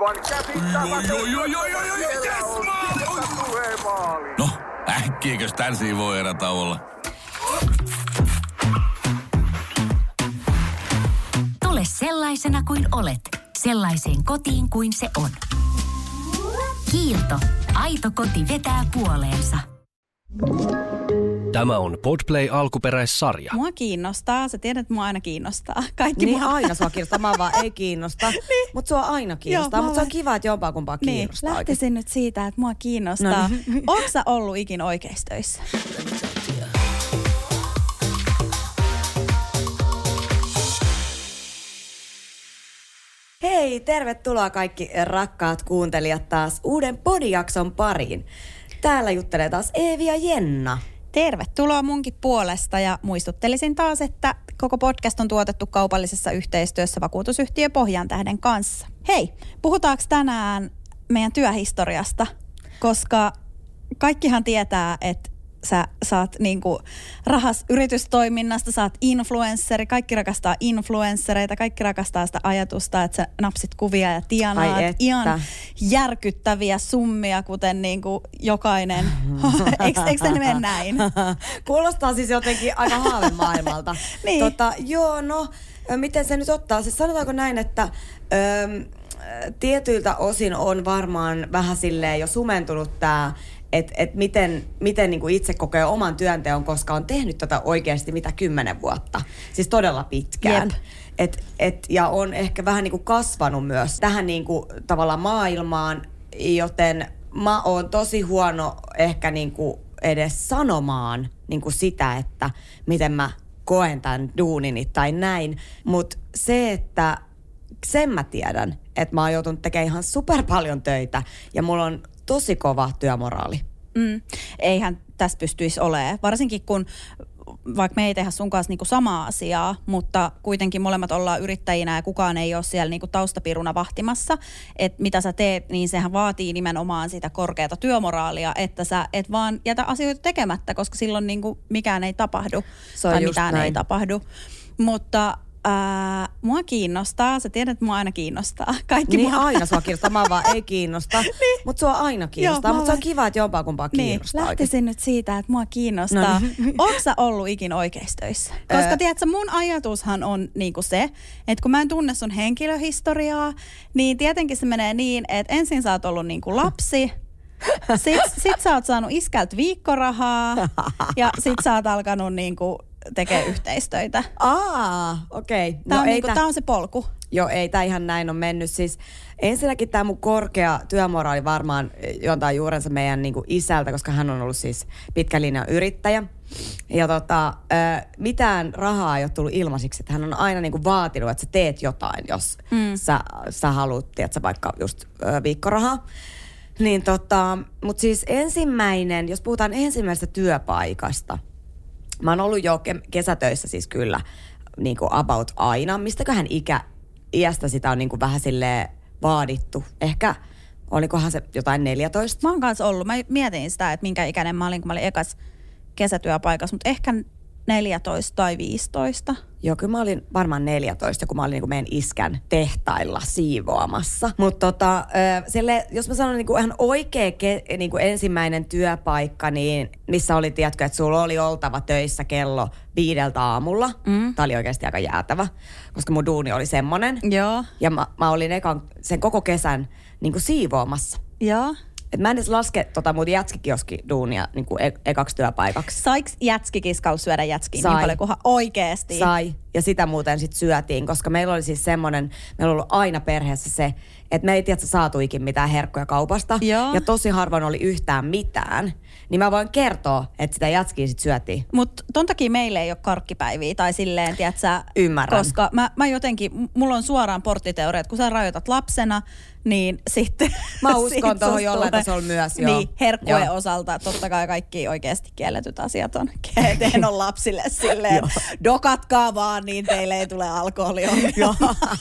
Aivan käsittämätöntä. No, äkkiäkös tän voi erätä olla? Tule sellaisena kuin olet, sellaiseen kotiin kuin se on. Kiilto. Aito koti vetää puoleensa. Tämä on Podplay alkuperäissarja. Mua kiinnostaa. Sä tiedät, että mua aina kiinnostaa. Kaikki niin mua... aina sua kiinnostaa. Mä vaan ei kiinnosta. Niin. Mutta sua aina kiinnostaa. Mutta se on kiva, että jompaa kumpaa kiinnostaa. Niin. Lähtisin nyt siitä, että mua kiinnostaa. No. Ootko sä ollut ikin oikeissa töissä? Hei, tervetuloa kaikki rakkaat kuuntelijat taas uuden podijakson pariin. Täällä juttelee taas Eevi ja Jenna. Tervetuloa munkin puolesta ja muistuttelisin taas, että koko podcast on tuotettu kaupallisessa yhteistyössä vakuutusyhtiö Pohjantähden kanssa. Hei, puhutaanko tänään meidän työhistoriasta, koska kaikkihan tietää, että sä saat niinku rahas yritystoiminnasta, sä oot influensseri, kaikki rakastaa influenssereita, kaikki rakastaa sitä ajatusta, että sä napsit kuvia ja tienaat ihan järkyttäviä summia, kuten niinku jokainen. Eikö se mene näin? Kuulostaa siis jotenkin aika haavemaailmalta. Niin. Miten se nyt ottaa? Siis sanotaanko näin, että tietyiltä osin on varmaan vähän silleen jo sumentunut tää, että miten niin kuin itse kokee oman työnteon, koska on tehnyt tätä oikeasti 10 vuotta. Siis todella pitkään. Ja on ehkä vähän niin kuin kasvanut myös tähän niin kuin tavallaan maailmaan, joten mä oon tosi huono ehkä niin kuin edes sanomaan niin kuin sitä, että miten mä koen tämän duunini tai näin. Mutta se, että sen mä tiedän, että mä oon joutunut tekemään ihan super paljon töitä ja mulla on tosi kova työmoraali. Eihän tässä pystyisi olemaan. Varsinkin kun, vaikka me ei tehdä sun kanssa niinku samaa asiaa, mutta kuitenkin molemmat ollaan yrittäjinä ja kukaan ei ole siellä niinku taustapiruna vahtimassa. Että mitä sä teet, niin sehän vaatii nimenomaan sitä korkeata työmoraalia, että sä et vaan jätä asioita tekemättä, koska silloin niinku mikään ei tapahdu. Tai mitään näin ei tapahdu. Mutta mua kiinnostaa. Sä tiedät, että mua aina kiinnostaa. Kaikki niin mua... aina sua kiinnostaa. Mä vaan ei kiinnosta. Niin. Mutta sua aina kiinnostaa. Mutta se on kiva, että jompaa kumpaa kiinnostaa. Niin. Lähtisin nyt siitä, että mua kiinnostaa. Ootko sä ollut ikin oikeissa töissä? Koska tiedätkö, mun ajatushan on niinku se, että kun mä en tunne sun henkilöhistoriaa, niin tietenkin se menee niin, että ensin sä oot ollut niinku lapsi, sit sä oot saanut iskältä viikkorahaa ja sit sä oot alkanut niinku tekee yhteistöitä. Okei. Tää on se polku. Joo, ei tää ihan näin on mennyt. Siis ensinnäkin tää mun korkea työmoraali varmaan juontaa juurensa meidän niinku isältä, koska hän on ollut siis pitkän linjan yrittäjä. Ja mitään rahaa ei ole tullut ilmaisiksi, että hän on aina niinku vaatinut, että sä teet jotain, jos sä haluat, tiedätkö, vaikka just viikkorahaa. Niin mut siis ensimmäinen, jos puhutaan ensimmäisestä työpaikasta, mä oon ollut jo kesätöissä siis kyllä niin kuin about aina. Mistäköhän iästä sitä on niin kuin vähän silleen vaadittu? Ehkä olikohan se jotain 14? Mä oon kanssa ollut. Mä mietin sitä, että minkä ikäinen mä olin, kun mä olin ekas kesätyöpaikassa, mutta ehkä 14 tai 15. Joo, kyllä mä olin varmaan 14, kun mä olin niin kuin meidän iskän tehtailla siivoamassa. Mutta jos mä sanon niin kuin ihan oikea niin kuin ensimmäinen työpaikka, niin missä oli, tiedätkö, että sulla oli oltava töissä kello 5 aamulla. Tää oli oikeasti aika jäätävä, koska mun duuni oli semmonen. Joo. Ja mä olin sen koko kesän niin kuin siivoamassa. Joo. Et mä en edes laske mun jätskikioski-duunia niin kuin ekaksi työpaikaksi. Saiks jätskikiskalla syödä jätskiä niin paljon, kunhan oikeesti? Sai. Ja sitä muuten sit syötiin, koska meillä oli siis semmoinen, meillä on ollut aina perheessä se, että me ei tiedä saatu ikin mitään herkkuja kaupasta. Joo. Ja tosi harvoin oli yhtään mitään. Niin mä voin kertoa, että sitä jätskiä sit syötiin. Mut ton takia meillä ei ole karkkipäiviä tai silleen, tiedätkö? Ymmärrän. Koska mä jotenkin, mulla on suoraan porttiteoria, että kun sä rajoitat lapsena, niin sitten... Mä uskon tuohon jollain tasolla myös, joo. Niin, herkkujen osalta. Totta kai kaikki oikeasti kielletyt asiat on on lapsille silleen, dokatkaa vaan, niin teille ei tule alkoholiongelmaa.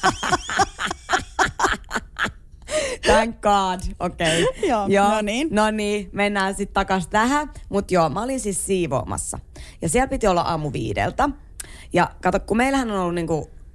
Thank God. Okei. Joo, no niin. No niin, mennään sitten takaisin tähän. Mutta joo, mä olin siis siivoamassa. Ja siellä piti olla aamu 5. Ja kato, kun meillähän on ollut niinku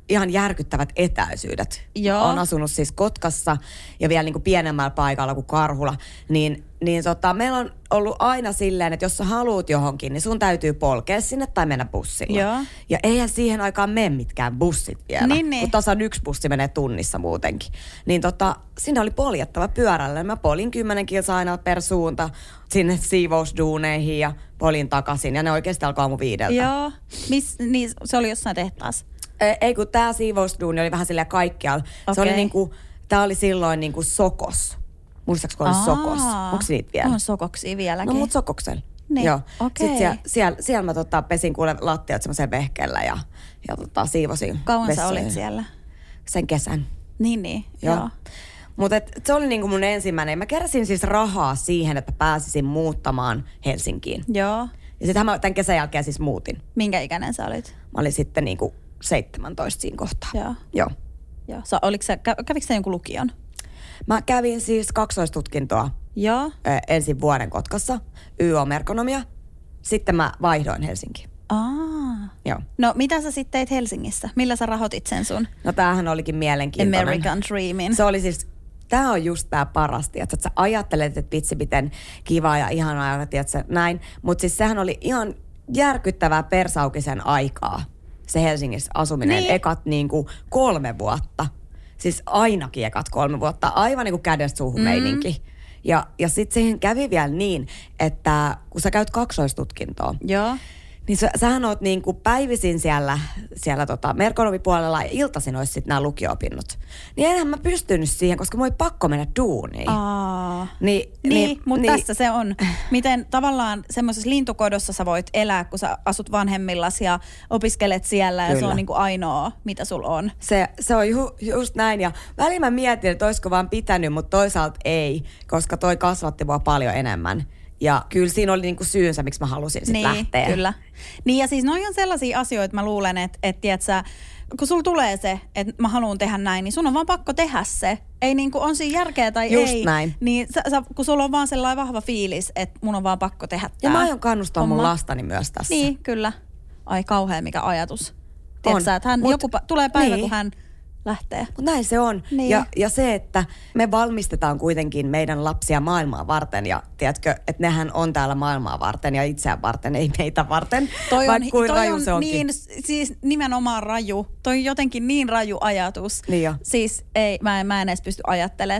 ihan järkyttävät etäisyydet. Joo. Olen asunut siis Kotkassa ja vielä niin kuin pienemmällä paikalla kuin Karhula. Niin meillä on ollut aina silleen, että jos sä haluut johonkin, niin sun täytyy polkea sinne tai mennä bussilla. Joo. Ja eihän siihen aikaan mene mitkään bussit vielä. Niin. Kun tasan yksi bussi menee tunnissa muutenkin. Niin sinne oli poljettava pyörällä. Mä polin 10 kilsaa aina per suunta sinne siivousduuneihin ja polin takaisin. Ja ne oikeasti alkoi aamu 5. Joo. Niin, se oli jossain tehtaassa. Ei, kun tää siivousduuni oli vähän silleen kaikkialla. Okay. Se oli niinku, tää oli silloin niinku Sokos. Muistaaks, kun oli Sokos? Onko niitä vielä? On Sokoksia vieläkin. No mut Sokoksella. Niin, joo. okei. Sitten siellä mä pesin kuule lattiat semmoisen vehkeellä ja siivosin Kauan vessoja. sä olit siellä? Sen kesän. Niin. Joo. Mutta se oli niinku mun ensimmäinen. Mä keräsin siis rahaa siihen, että pääsisin muuttamaan Helsinkiin. Joo. Ja sitten mä tämän kesän jälkeen siis muutin. Minkä ikäinen sä olit? Mä olin sitten niinku 17 siinä kohtaa. Joo. Kävikö sä jonkun lukion? Mä kävin siis kaksoistutkintoa. Joo. Ensin vuoden Kotkassa, YO-merkonomia. Sitten mä vaihdoin Helsinkiin. Joo. No mitä sä sitten teit Helsingissä? Millä sä rahoitit sen sun No tämähän olikin mielenkiintoinen. American Dreamin? Se oli siis, tää on just tää parasti, että sä ajattelet, että vitsi miten kivaa ja ihanaa ja tiedätkö, näin. Mutta siis sehän oli ihan järkyttävää persaukisen aikaa, se Helsingissä asuminen. Niin. Ekat niinku 3 vuotta. Siis ainakin ekat 3 vuotta. Aivan niinku kädestä suuhun meininki. Ja sitten siihen kävi vielä niin, että kun sä käyt kaksoistutkintoa, Joo. niin sähän oot niinku päivisin siellä merkonomipuolella ja iltaisin olisi sitten nämä lukio-opinnot. Niin enhän mä pystynyt siihen, koska mulla oli pakko mennä duuniin. Niin, mutta tässä se on. Miten tavallaan semmoisessa lintukodossa sä voit elää, kun sä asut vanhemmillasi ja opiskelet siellä ja Kyllä. se on niinku ainoa, mitä sulla on. Se on just näin ja välillä mä mietin, että olisiko vaan pitänyt, mutta toisaalta ei, koska toi kasvatti mua paljon enemmän. Ja kyllä siinä oli niinku syynsä, miksi mä halusin sitten lähteä. Kyllä. Niin ja siis noi on sellaisia asioita, mä luulen, että tiedätkö, kun sulla tulee se, että mä haluan tehdä näin, niin sun on vaan pakko tehdä se. Ei niinku, on siinä järkeä tai just ei. Näin. Niin kun sulla on vaan sellainen vahva fiilis, että mun on vaan pakko tehdä tää. Ja mä aion kannustaa homma. mun lastani myös tässä. Niin, kyllä. Ai kauhea mikä ajatus. Tiedätkö, että joku tulee päivä, niin. kun hän lähtee. Mutta näin se on. Niin. Ja se, että me valmistetaan kuitenkin meidän lapsia maailmaa varten. Ja tiedätkö, että nehän on täällä maailmaa varten ja itseään varten, ei meitä varten. Toi raju se onkin. Niin, siis nimenomaan raju. Toi on jotenkin niin raju ajatus. Niin jo. Siis ei, mä en edes pysty ajattelemaan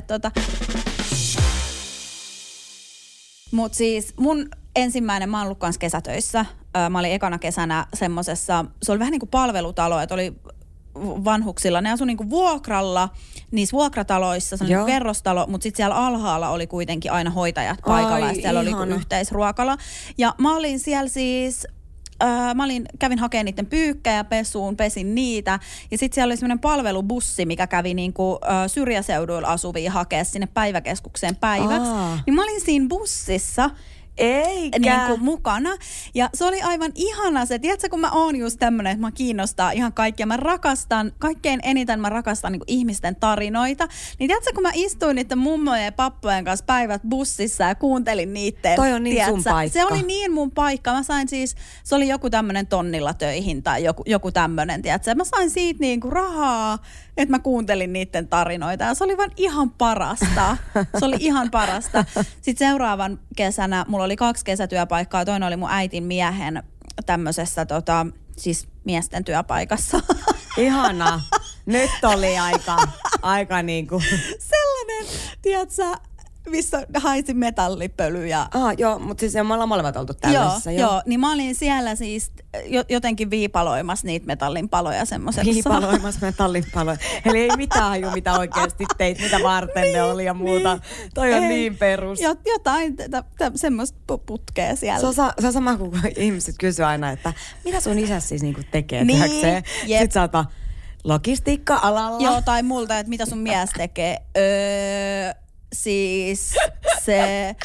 Mut siis mun ensimmäinen, mä oon ollut kanssa kesätöissä. Mä olin ekana kesänä semmosessa, se oli vähän niin kuin palvelutalo, että oli vanhuksilla. Ne asui niinku vuokralla niissä vuokrataloissa, se on niinku kerrostalo, mutta sitten siellä alhaalla oli kuitenkin aina hoitajat paikalla. Ja siellä oli niinku yhteisruokala. Ja mä olin siellä siis, kävin hakemaan niiden pyykkejä pesuun, pesin niitä. Ja sitten siellä oli semmoinen palvelubussi, mikä kävi niinku syrjäseuduilla asuvia hakea sinne päiväkeskukseen päiväksi. Niin mä olin siinä bussissa. Eikä. Niin kuin mukana. Ja se oli aivan ihana se. Tiedätkö, kun mä oon just tämmönen, että mä kiinnostaa ihan kaikkia. Kaikkein eniten mä rakastan niin kuin ihmisten tarinoita. Niin tiedätkö, kun mä istuin niiden mummojen ja pappojen kanssa päivät bussissa ja kuuntelin niiden. Toi on niin tiedätkö, sun paikka. Se oli niin mun paikka. Mä sain siis, se oli joku tämmönen tonnilla töihin tai joku tämmönen, tiedätkö. Mä sain siitä niin kuin rahaa, että mä kuuntelin niiden tarinoita. Ja se oli vaan ihan parasta. Se oli ihan parasta. Sitten seuraavan kesänä mulla oli 2 kesätyöpaikkaa. Toinen oli mun äitin miehen tämmöisessä siis miesten työpaikassa. Ihana. Nyt oli aika niinku. Sellainen, tiedätkö, missä haisi metallipölyjä. Joo, mutta siis me ollaan molemmat oltu tällaisessa. Joo, niin mä olin siellä siis jotenkin viipaloimassa niitä metallinpaloja semmosessa. Viipaloimassa metallinpaloja. Eli ei mitään haju, mitä oikeasti teit, mitä varten ne oli ja muuta. Toi on niin perus. Jotain semmoista putkea siellä. Se on sama kuin ihmiset kysyy aina, että mitä sun isäsi siis niinku tekee niin, tehdäkseen. Sitten sä oot logistiikka-alalla. Joo, tai multa, että mitä sun mies tekee. Siis se...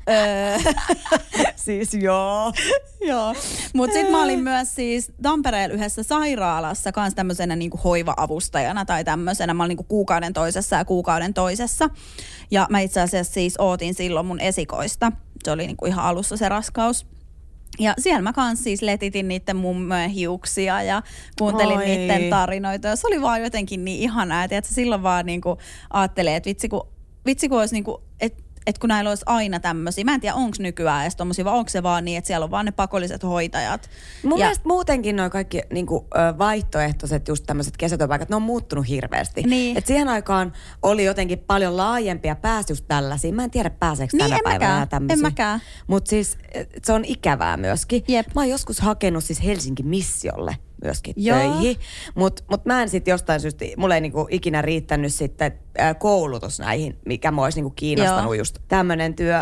Siis joo. Joo. Mut sit mä olin myös siis Tampereella yhdessä sairaalassa kans tämmöisenä niinku hoiva-avustajana tai tämmöisenä. Mä olin niinku kuukauden toisessa ja kuukauden toisessa. Ja mä itse asiassa siis ootin silloin mun esikoista. Se oli niinku ihan alussa se raskaus. Ja siellä mä kanssa siis letitin niiden mummojen hiuksia ja kuuntelin niiden tarinoita. Ja se oli vaan jotenkin niin ihanaa, että silloin vaan niinku ajattelee, että vitsi kun olisi niinku, että kun näillä olisi aina tämmöisiä. Mä en tiedä, onko nykyään edes tommosia, vai onko se vaan niin, että siellä on vaan ne pakolliset hoitajat. Mun mielestä muutenkin nuo kaikki niinku, vaihtoehtoiset just tämmöiset kesätyöpaikat, ne on muuttunut hirveästi. Niin. Et siihen aikaan oli jotenkin paljon laajempia pääsi just tällaisia. Mä en tiedä, pääseekö tänä päivänä tämmöisiä. En mäkään. Mutta siis se on ikävää myöskin. Jep. Mä oon joskus hakenut siis Helsingin missiolle myöskin töihin. Mut mä en sitten jostain syystä, mulle ei niinku ikinä riittänyt sitten koulutus näihin, mikä mua olisi niinku kiinnostanut just tämmönen työ.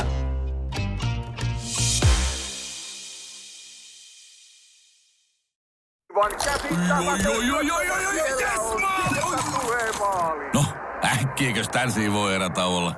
No, äkkiäkös tän voi erätauolla?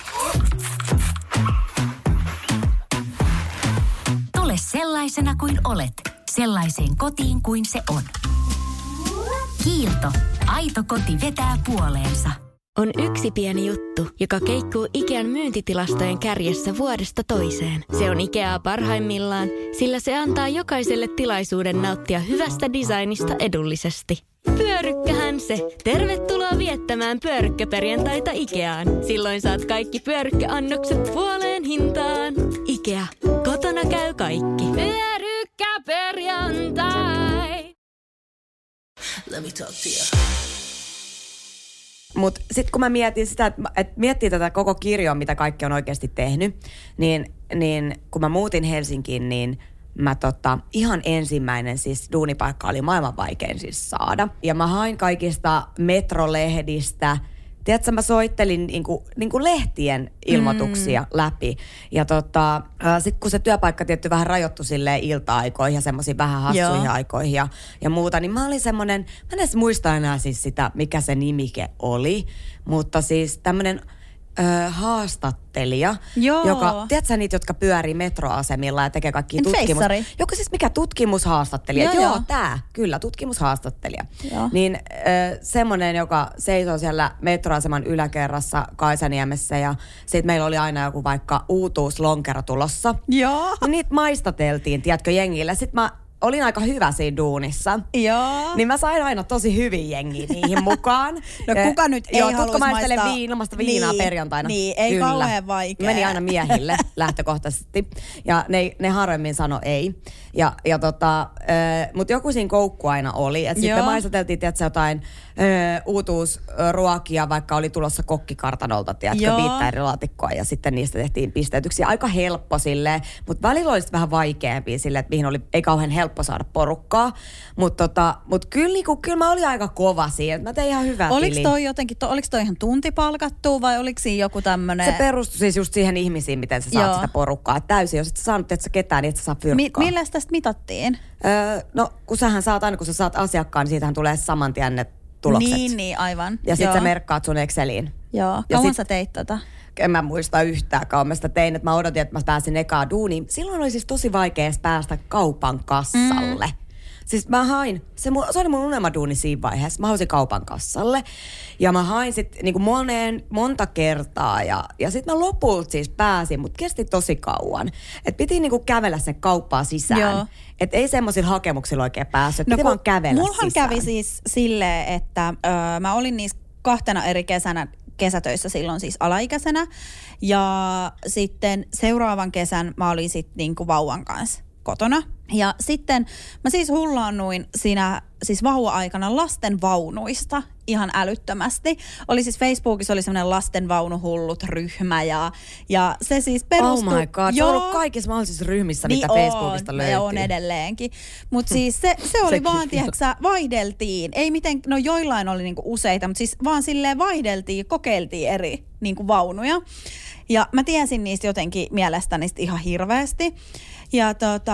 Tule sellaisena kuin olet, sellaiseen kotiin kuin se on. Kiilto. Aito koti vetää puoleensa. On yksi pieni juttu, joka keikkuu Ikean myyntitilastojen kärjessä vuodesta toiseen. Se on Ikeaa parhaimmillaan, sillä se antaa jokaiselle tilaisuuden nauttia hyvästä designista edullisesti. Pyörykkähän se! Tervetuloa viettämään pyörykkäperjantaita Ikeaan. Silloin saat kaikki pyörykkäannokset puoleen hintaan. Ikea. Kotona käy kaikki. Pyörykkäperjantai. Let me talk to you. Mutta sitten kun mä mietin sitä, että miettii tätä koko kirjoa, mitä kaikki on oikeasti tehnyt, niin kun mä muutin Helsinkiin, niin mä ihan ensimmäinen siis duunipaikka oli maailman vaikein siis saada. Ja mä hain kaikista metrolehdistä. Tiedätkö, mä soittelin niinku lehtien ilmoituksia läpi. Ja sitten kun se työpaikka tietty vähän rajoittui silleen ilta-aikoihin ja semmoisiin vähän hassuihin aikoihin ja muuta, niin mä olin semmoinen, mä en edes muista enää siis sitä, mikä se nimike oli, mutta siis tämmöinen haastattelija, joka, tiedätkö niitä, jotka pyörii metroasemilla ja tekee kaikkia joku siis mikä tutkimushaastattelija, kyllä, tutkimushaastattelija. Niin semmoinen, joka seisoo siellä metroaseman yläkerrassa Kaisaniemessä ja sit meillä oli aina joku vaikka uutuuslonkero tulossa. Joo. Ja niitä maistateltiin, tiedätkö, jengille. Sit mä olin aika hyvä siinä duunissa. Joo. Niin mä sain aina tosi hyvin jengiä niihin mukaan. No kuka nyt ei haluaisi maistaa ilmasta viinaa perjantaina? Niin, ei kyllä. Kauhean vaikea. Meni aina miehille lähtökohtaisesti. Ja ne harvemmin sano ei. Mutta joku siinä koukku aina oli. Että sitten me maistateltiin, tiedätkö, jotain uutuusruokia, vaikka oli tulossa kokkikartanolta, tiedätkö, 5 eri laatikkoa. Ja sitten niistä tehtiin pisteytyksiä. Aika helppo silleen. Mutta välillä oli vähän vaikeampia silleen, että mihin ei kauhean helppo saada porukkaa. Mutta kyllä mä olin aika kova siinä. Mä tein ihan hyvää tiliä. Oliko toi ihan tuntipalkattua vai oliko siinä joku tämmönen? Se perustui siis just siihen ihmisiin, miten sä saat sitä porukkaa. Et täysin, jos et sä saanut ketään, niin et sä saa fyrkkaa. Millä tästä mitattiin? No, kun sähän saat aina, kun sä saat asiakkaan, niin siitähän tulee saman tien ne tulokset. Niin, aivan. Ja sit sä merkkaat sun Exceliin. Joo, kauan sä teit tota? En mä muista yhtään kauan mä sitä tein, että mä odotin, että mä pääsin ekaan duuniin. Silloin oli siis tosi vaikea päästä kaupan kassalle. Siis mä hain, se oli mun unelmaduuni siinä vaiheessa. Mä halusin kaupan kassalle. Ja mä hain sit niinku monta kertaa. Ja sit mä lopulta siis pääsin, mutta kesti tosi kauan. Et piti niinku kävellä sen kauppaa sisään. Joo. Et ei semmoisilla hakemuksilla oikein päässyt. Piti vaan kävellä mullahan sisään. Kävi siis silleen, että mä olin niissä 2 eri kesänä kesätöissä silloin siis alaikäisenä. Ja sitten seuraavan kesän mä olin sitten niinku vauvan kanssa kotona. Ja sitten mä siis hullaannuin siinä siis vauva-aikana lastenvaunuista ihan älyttömästi. Oli siis Facebookissa oli semmoinen lastenvaunuhullut ryhmä ja se siis perustui... Oh my god, se on ollut kaikissa mahdollisissa ryhmissä, mitä Facebookista löytyy. Ja on edelleenkin. Mutta siis se oli vaan, tiedätkö, vaihdeltiin. Ei miten, no joillain oli niinku useita, mutta siis vaan silleen vaihdeltiin, kokeiltiin eri niinku vaunuja. Ja mä tiesin niistä jotenkin mielestäni ihan hirveästi. Ja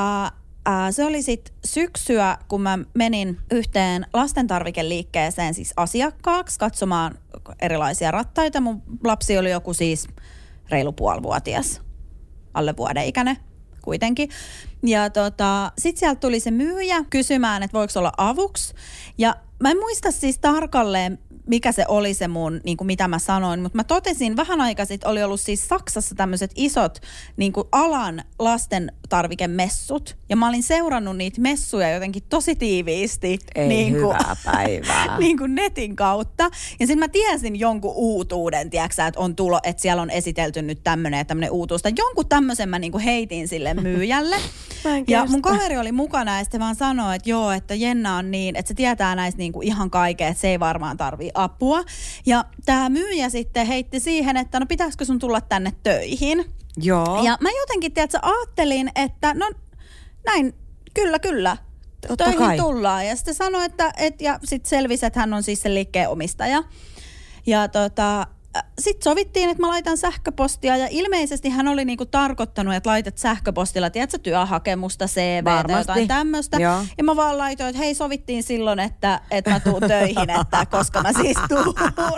se oli sitten syksyä, kun mä menin yhteen lastentarvikeliikkeeseen siis asiakkaaksi katsomaan erilaisia rattaita. Mun lapsi oli joku siis reilu puolivuotias, alle vuoden ikäinen kuitenkin. Ja sitten sieltä tuli se myyjä kysymään, että voiko olla avuksi. Ja mä en muista siis tarkalleen, mikä se oli se mun, niin kuin mitä mä sanoin, mutta mä totesin vähän aikaa sitten, oli ollut siis Saksassa tämmöiset isot niin kuin alan lastentarvikemessut, ja mä olin seurannut niitä messuja jotenkin tosi tiiviisti. Ei niin kuin, hyvää päivää. niin kuin netin kautta. Ja sitten mä tiesin jonkun uutuuden, tiiäksä, että on tulo, että siellä on esitelty nyt tämmöinen ja tämmöinen uutuus. Tai jonkun tämmöisen mä niin kuin heitin sille myyjälle. Ja mun kaveri oli mukana ja sitten vaan sanoi, että joo, että Jenna on niin, että se tietää näistä niin kuin ihan kaikkea, että se ei varmaan tarvii apua. Ja tää myyjä sitten heitti siihen, että no pitäisikö sun tulla tänne töihin. Joo. Ja mä jotenkin, tiedätkö, ajattelin, että no näin, kyllä. Totta Töihin kai. tullaan. Ja sitten sanoi, että ja sitten selvisi, että hän on siis sen liikkeen omistaja. Ja sitten sovittiin, että mä laitan sähköpostia ja ilmeisesti hän oli niinku tarkoittanut, että laitat sähköpostilla, tiedätkö, työhakemusta, CV:tä, jotain tämmöistä. Ja mä vaan laitoin, että hei, sovittiin silloin, että mä tuun töihin, että koska mä siis tuun.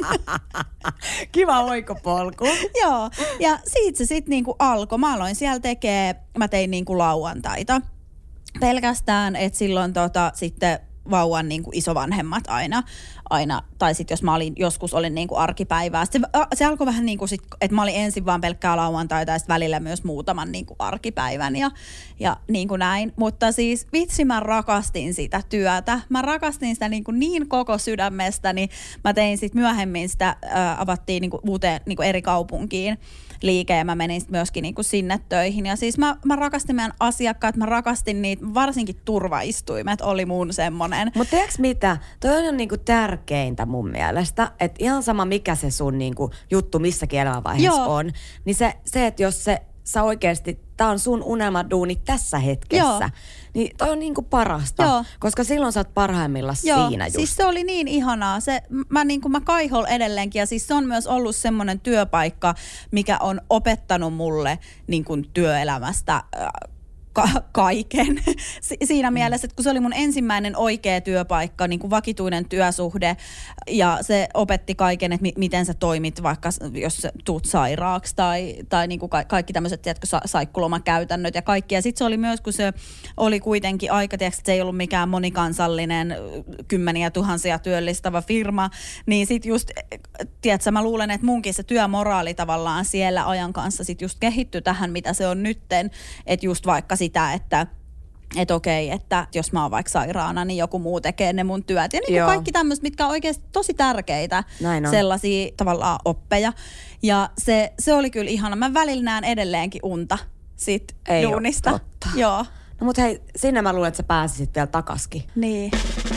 Kiva oikopolku. Joo, ja siitä se sitten niinku alkoi. Mä aloin siellä mä tein niinku lauantaita. Pelkästään, että silloin sitten vauvan niin kuin isovanhemmat aina, tai sitten jos mä joskus olin niin kuin arkipäivää. Se alkoi vähän niin kuin että mä olin ensin vaan pelkkää lauantaita ja sitten välillä myös muutaman niin kuin arkipäivän ja niin kuin näin. Mutta siis vitsi, mä rakastin sitä työtä. Mä rakastin sitä niin koko sydämestäni. Mä tein sitten myöhemmin sitä, avattiin niin kuin uuteen niin kuin eri kaupunkiin liike ja mä menin myöskin niinku sinne töihin. Ja siis mä rakastin meidän asiakkaat, mä rakastin niitä, varsinkin turvaistuimet oli mun semmonen. Mutta tiedätkö mitä? Toi on niinku tärkeintä mun mielestä, että ihan sama mikä se sun niinku juttu missäkin elämänvaiheessa on, niin se että jos sä oikeasti, tää on sun unelmaduuni tässä hetkessä, niin toi on niinku parasta, koska silloin sä oot parhaimmillaan siinä just. Siis se oli niin ihanaa. Mä kaihol edelleenkin ja siis se on myös ollut semmoinen työpaikka, mikä on opettanut mulle niin kuin työelämästä kaiken. Siinä mielessä, että kun se oli mun ensimmäinen oikea työpaikka, niin kuin vakituinen työsuhde, ja se opetti kaiken, että miten sä toimit, vaikka jos tuut sairaaksi, tai niin kuin kaikki tämmöiset, tiedätkö, saikkulomakäytännöt ja kaikki. Ja sitten se oli myös, kun se oli kuitenkin aika, tiedätkö, että se ei ollut mikään monikansallinen, kymmeniä tuhansia työllistävä firma, niin sitten just, tiedätkö, mä luulen, että munkin se työmoraali tavallaan siellä ajan kanssa sit just kehittyi tähän, mitä se on nytten, että just vaikka sitä, että okei, että jos mä oon vaikka sairaana, niin joku muu tekee ne mun työt. Ja niin kaikki tämmöiset, mitkä on oikeasti tosi tärkeitä, sellaisia tavallaan oppeja. Ja se oli kyllä ihana. Mä välillä näen edelleenkin unta sit duunista. Ei totta. Joo. No mut hei, sinne mä luulen, että sä pääsisit vielä takaskin. Niin.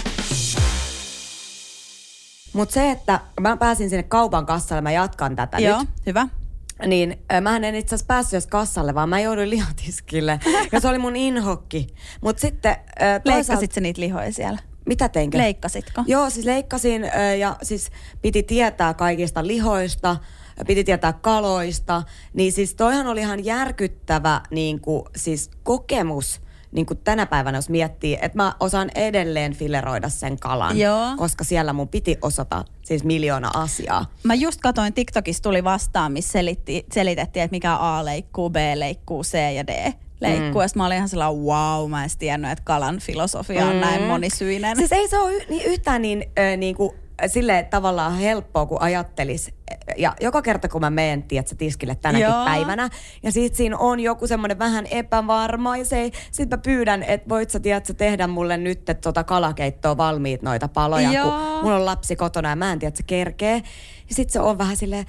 Mut se, että mä pääsin sinne kaupan kassalle, mä jatkan tätä nyt. Joo, hyvä. Niin mähän en itse asiassa päässyt edes kassalle, vaan mä jouduin lihatiskille. Ja se oli mun inhokki. Mut sitten Leikkasit sä niitä lihoja siellä? Mitä teinkö? Leikkasitko? Joo, siis leikkasin ja siis piti tietää kaikista lihoista, piti tietää kaloista. Niin siis toihan oli ihan järkyttävä niinku, siis kokemus. Niin kuin tänä päivänä, jos miettii, että mä osaan edelleen fileroida sen kalan, koska siellä mun piti osata siis 1,000,000 asiaa. Mä just katoin, TikTokissa tuli vastaan, missä selitettiin, että mikä A leikkuu, B leikkuu, C ja D leikkuu. Ja mä olin ihan sellainen, wow, mä en tiennyt, että kalan filosofia on näin monisyinen. Siis ei se ole yhtään niin kuin silleen tavallaan helppoa, kun ajattelis. Ja joka kerta, kun mä menen, tiedätkö, tiskille tänäkin päivänä, ja sit siinä on joku semmoinen vähän epävarma, ja sit mä pyydän, että voit sä, tiedätkö, tehdä mulle nyt kalakeittoa valmiit noita paloja, kun mulla on lapsi kotona, ja mä en, tiedätkö, kerkee. Ja sit se on vähän silleen,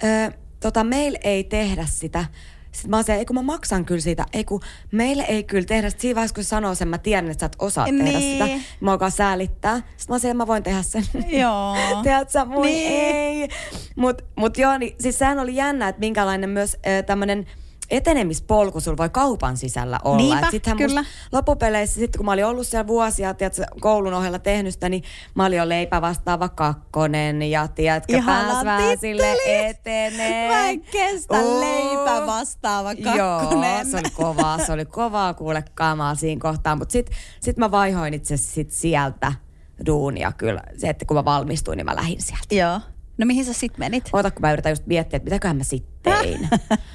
meillä ei tehdä sitä. Sitten mä oon se, kun mä maksan kyllä siitä, meille ei kyllä tehdä sitä. Siinä vaiheessa, kun sanoo sen, mä tiedän, että sä et osaa tehdä sitä. Mä alkaa säälittää. Sitten mä oon se, mä voin tehdä sen. Joo. Tiedät sä, ei. Mut joo, niin siis sehän oli jännä, että minkälainen myös tämmönen etenemispolku sulla voi kaupan sisällä olla. Niinpä, kyllä. Loppupeleissä, sitten kun mä olin ollut siellä vuosia, tiedätkö, koulun ohella tehnyt sitä, niin mä olin jo leipävastaava 2 ja tiedätkö, pääs vähän sille etenee. Mä en kestä leipävastaava 2. Joo, se oli kovaa kuule kamaa siinä kohtaa, mutta sit mä vaihoin itse sit sieltä duunia kyllä. Se, että kun mä valmistuin, niin mä lähdin sieltä. Joo. No mihin sä sit menit? Oota, kun mä yritän just miettiä, että mitäköhän mä sit tein.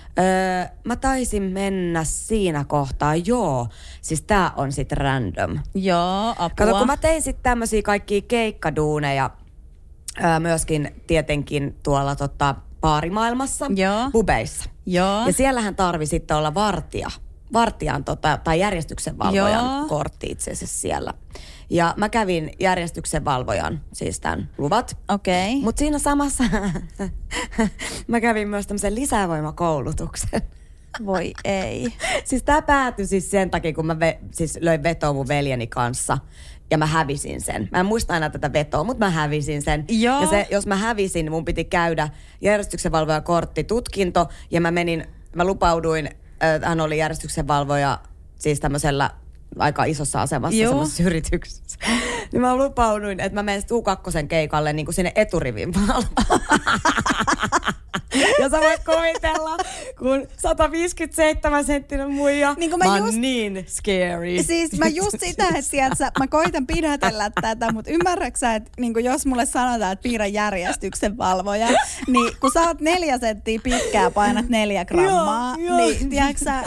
Mä taisin mennä siinä kohtaa, siis tää on sit random. Joo, apua. Kato, kun mä tein sit tämmösiä kaikkia keikkaduuneja myöskin tietenkin tuolla baarimaailmassa, pubeissa. Joo. Ja siellähän tarvi sitten olla vartijan tai järjestyksenvalvojan kortti itse asiassa siellä. Ja mä kävin järjestyksenvalvojan, siis tämän luvat. Okei. Mutta siinä samassa mä kävin myös tämmöisen lisävoimakoulutuksen. Voi ei. Siis tää päätyi siis sen takia, kun mä löin vetoa mun veljeni kanssa. Ja mä hävisin sen. Mä en muista aina tätä vetoa, mutta mä hävisin sen. Joo. Ja jos mä hävisin, mun piti käydä järjestyksenvalvojakortti tutkinto. Ja mä lupauduin, hän oli järjestyksenvalvoja siis tämmöisellä aika isossa asemassa semmoisessa yrityksessä. Niin mä lupauduin, että mä menen U2 keikalle niin kuin sinne eturivin valvoon. Ja sä voit kuvitella, kun 157-senttinen muija, niin mä oon niin scary. Siis mä just sitä, että mä koitan pidätellä tätä, mutta ymmärrätkö sä, että niin jos mulle sanotaan, että piirrä järjestyksen valvoja, niin kun sä oot 4 senttiä pitkää, painat 4 grammaa, niin tiedätkö sä...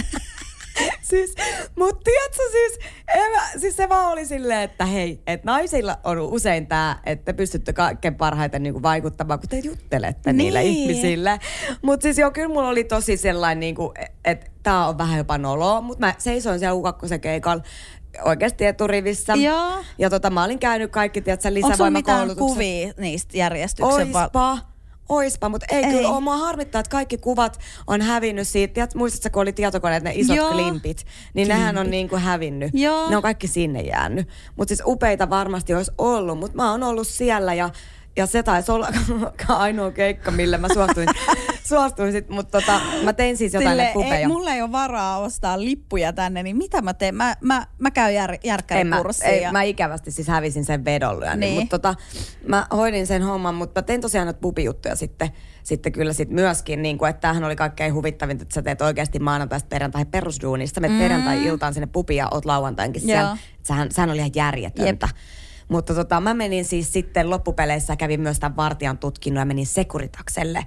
Mutta tiedätkö siis se vaan oli silleen, että hei, että naisilla on usein tää, että te pystytte kaikkein parhaiten niinku vaikuttamaan, kun te juttelette niille ihmisille. Mutta siis kyllä mulla oli tosi sellainen, niinku, että tää on vähän jopa noloa, mutta mä seisoin siellä U2 keikalla oikeasti eturivissä. Joo. Ja mä olin käynyt kaikki, tiedätkö, lisävoimakoulutukset. Onko sulla mitään kuvia niistä järjestyksen Oispa, mutta ei kyllä ole. Mua harmittaa, että kaikki kuvat on hävinnyt siitä. Muistatko, kun oli tietokoneet, ne isot klimpit? Niin nehän on niin kuin hävinnyt. Joo. Ne on kaikki sinne jäänyt. Mutta siis upeita varmasti olisi ollut. Mutta mä oon ollut siellä ja se taisi olla ainoa keikka, millä mä suostuin sit. Mutta mä tein siis jotain pubeja. Mulla ei ole varaa ostaa lippuja tänne, niin mitä mä teen? Mä käyn järkkärikurssiin. Mä ikävästi siis hävisin sen vedonlyönnin. Niin. Mutta mä hoidin sen homman, mutta mä tein tosiaan noita pubijuttuja sitten kyllä myöskin, niin kuin, että tämähän oli kaikkein huvittavinta, että sä teet oikeasti maanantaista perjantaihin perusduunista. Sä menet perjantai-iltaan sinne pubiin ja oot lauantainkin siellä. Sehän oli ihan järjetöntä. Mutta mä menin siis sitten loppupeleissä, kävin myös tämän vartijan tutkinnon ja menin Securitakselle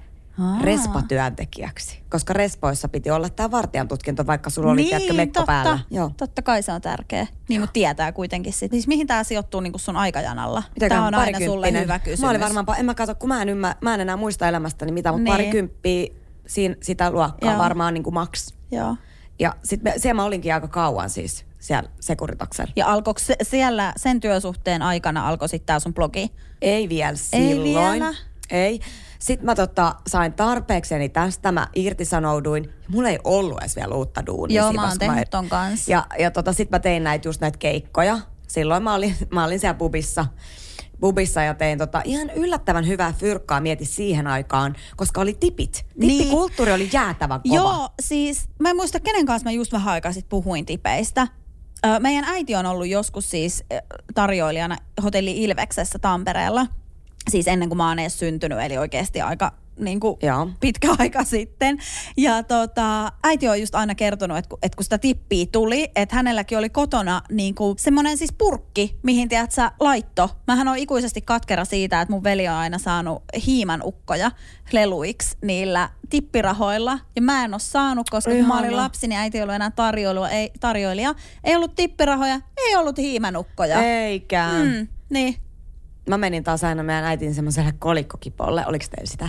respatyöntekijäksi. Koska respoissa piti olla tämä vartijan tutkinto, vaikka sulla oli tiedätkö mekko päällä. Joo. Totta kai se on tärkeä. Niin, mutta tietää kuitenkin sitten. Siis mihin tämä sijoittuu niin kuin sun aikajanalla? Tämä on aina sulle hyvä kysymys. Mä olin varmaan, en mä katso, kun mä en enää muista elämästäni mitään, mutta parikymppiä sitä luokkaa varmaan niin kuin maks. Joo. Ja sitten siellä mä olinkin aika kauan siis. Siellä Securitaksella. Ja alkoiko siellä sen työsuhteen aikana alkoi sitten tää sun blogi? Ei vielä silloin. Ei. Sitten mä sain tarpeekseni tästä, mä irtisanouduin. Mulla ei ollut edes vielä uutta duunia. Joo, mä oon tehnyt ton kanssa. Ja sit mä tein just näitä keikkoja. Silloin mä olin siellä pubissa ja tein ihan yllättävän hyvää fyrkkaa mieti siihen aikaan, koska oli tipit. Tippikulttuuri oli jäätävän kova. Joo, siis mä en muista kenen kanssa mä just vähän aikaa sitten puhuin tipeistä. Meidän äiti on ollut joskus siis tarjoilijana Hotelli Ilveksessä Tampereella. Siis ennen kuin mä oon edes syntynyt, eli oikeasti aika niin kuin pitkä aika sitten. Ja äiti on just aina kertonut, että kun sitä tippiä tuli, että hänelläkin oli kotona niin kuin semmoinen siis purkki, mihin tiedät sä laitto. Mähän on ikuisesti katkera siitä, että mun veli on aina saanut hiimanukkoja leluiksi niillä tippirahoilla. Ja mä en ole saanut, koska kun mä olin lapsi, niin äiti ei ollut enää tarjoilija. Ei ollut tippirahoja, ei ollut hiimanukkoja. Eikä. Niin. Mä menin taas aina meidän äitin semmoiselle kolikkokipolle. Oliko teillä sitä?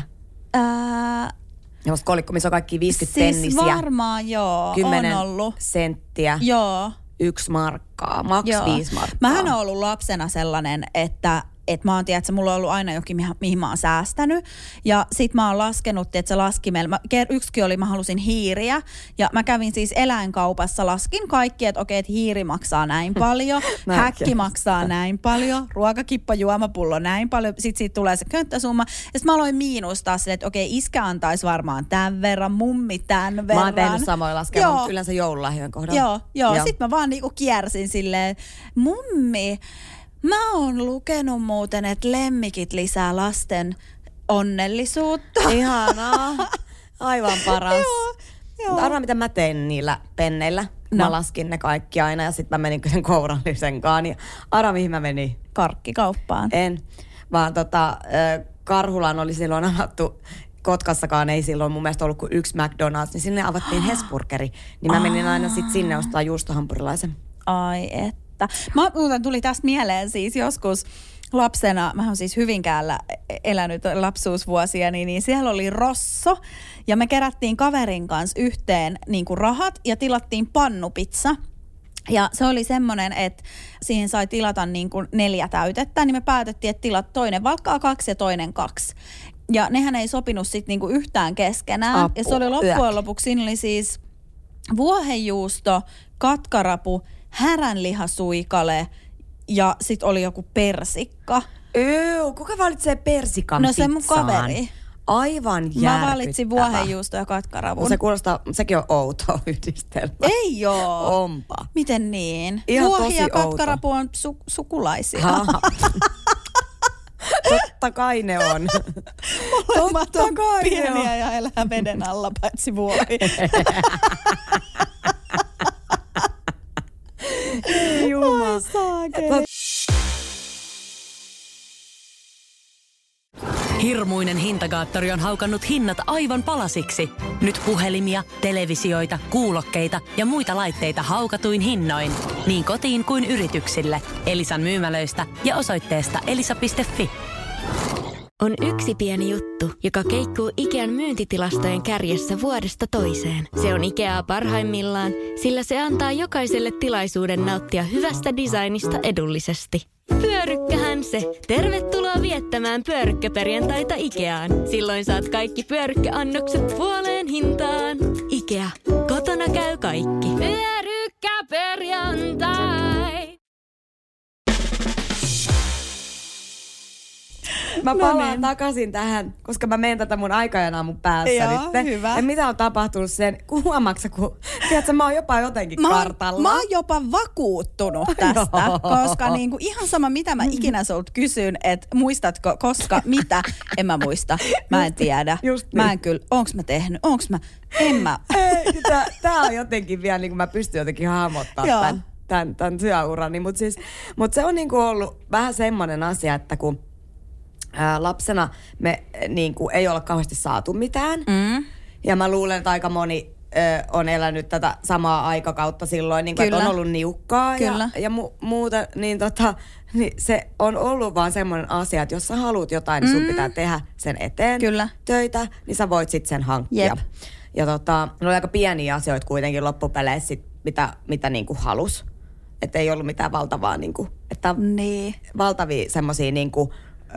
Semmoista kolikko, missä on kaikki 50 siis tennisiä. Siis varmaan 10 on ollut. senttiä. Joo. 1 markkaa. Maks 5 markkaa. Mähän on ollut lapsena sellainen, että mä oon tiedä, että mulla on ollut aina jokin, mihin mä oon säästänyt. Ja sit mä oon laskenut, että se laskimella. Yksikin oli, mä halusin hiiriä. Ja mä kävin siis eläinkaupassa, laskin kaikki, että okei, että hiiri maksaa näin paljon. Häkki maksaa näin paljon. Ruokakippa, juomapullo näin paljon. Sit siitä tulee se könttäsumma. Ja sit mä aloin miinustaa sille, että okei, iskä antaisi varmaan tämän verran, mummi tämän verran. Mä oon tehnyt samoin laskelmaa, mutta yleensä joululahjojen kohdalla. Joo. Sit mä vaan niinku kiersin silleen, mummi, mä oon lukenut muuten, että lemmikit lisää lasten onnellisuutta. Ihanaa. Aivan paras. Joo. Arvaa, mitä mä tein niillä penneillä. Mä laskin ne kaikki aina ja sitten mä menin sen kourallisenkaan. Ja arvaa, mihin mä menin? Karkkikauppaan. En, vaan Karhulaan oli silloin avattu. Kotkassakaan ei silloin mun mielestä ollut kuin 1 McDonald's, niin sinne avattiin Hesburgeri. Niin mä menin aina sitten sinne ostaa juustohampurilaisen. Ai että. Muuten tuli tästä mieleen siis joskus lapsena, mä oon siis Hyvinkäällä elänyt lapsuusvuosia, niin siellä oli Rosso. Ja me kerättiin kaverin kanssa yhteen niin kuin rahat ja tilattiin pannupizza. Ja se oli semmoinen, että siihen sai tilata niin kuin 4 täytettä, niin me päätettiin, että tilat toinen valkkaa 2 ja toinen 2. Ja nehän ei sopinut sitten niin kuin yhtään keskenään. Ja se oli loppujen lopuksi, siinä oli siis vuohenjuusto, katkarapu, häränlihasuikale ja sitten oli joku persikka. Kuka valitsee persikan No se pizzaan? mun kaveri. Aivan järkyttävää. Mä valitsin vuohenjuusto ja katkaravun. No se kuulostaa, sekin on outo yhdistelmä. Ei oo. Onpa. Miten niin? Ihan Vuohi tosi ja outo. katkarapu on sukulaisia. Totta kai ne on. Molemmat on pieniä ja elää veden alla, paitsi vuohi. Jumala. Hirmuinen hintakaattori on haukannut hinnat aivan palasiksi. Nyt puhelimia, televisioita, kuulokkeita ja muita laitteita haukatuin hinnoin. Niin kotiin kuin yrityksille. Elisan myymälöistä ja osoitteesta elisa.fi. On yksi pieni juttu, joka keikkuu Ikean myyntitilastojen kärjessä vuodesta toiseen. Se on Ikeaa parhaimmillaan, sillä se antaa jokaiselle tilaisuuden nauttia hyvästä designista edullisesti. Pyörykkähän se! Tervetuloa viettämään pyörykkäperjantaita Ikeaan. Silloin saat kaikki pyörykkäannokset puoleen hintaan. Ikea. Kotona käy kaikki. Pyörykkäperjantai! Mä palaan takaisin tähän, koska mä menen tätä mun aikajanaa mun päässä Joo, nyt. hyvä. Ja mitä on tapahtunut sen, huomaatko, kun tiedätkö, mä oon jopa jotenkin kartalla. Mä oon jopa vakuuttunut tästä, koska niinku ihan sama mitä mä ikinä sulta kysyn, että muistatko, koska, mitä, en mä muista. Mä en tiedä. Just niin. Mä en kyllä, onks mä tehnyt, en mä. Tää on jotenkin vielä, niin kuin mä pystyn jotenkin hahmottamaan tämän työurani. Mutta se on niinku ollut vähän semmoinen asia, että kun lapsena me niinku ei olla kauheasti saatu mitään. Ja mä luulen, että aika moni on elänyt tätä samaa aikakautta silloin, niin että on ollut niukkaa ja muuta. Niin, niin se on ollut vaan semmoinen asia, että jos sä haluat jotain, niin sun pitää tehdä sen eteen töitä, niin sä voit sitten sen hankkia. Jep. Ja ne oli aika pieniä asioita kuitenkin loppupeleissä, sit, mitä niinku halus. Että ei ollut mitään valtavaa, niinku, että valtavia semmosia niinku,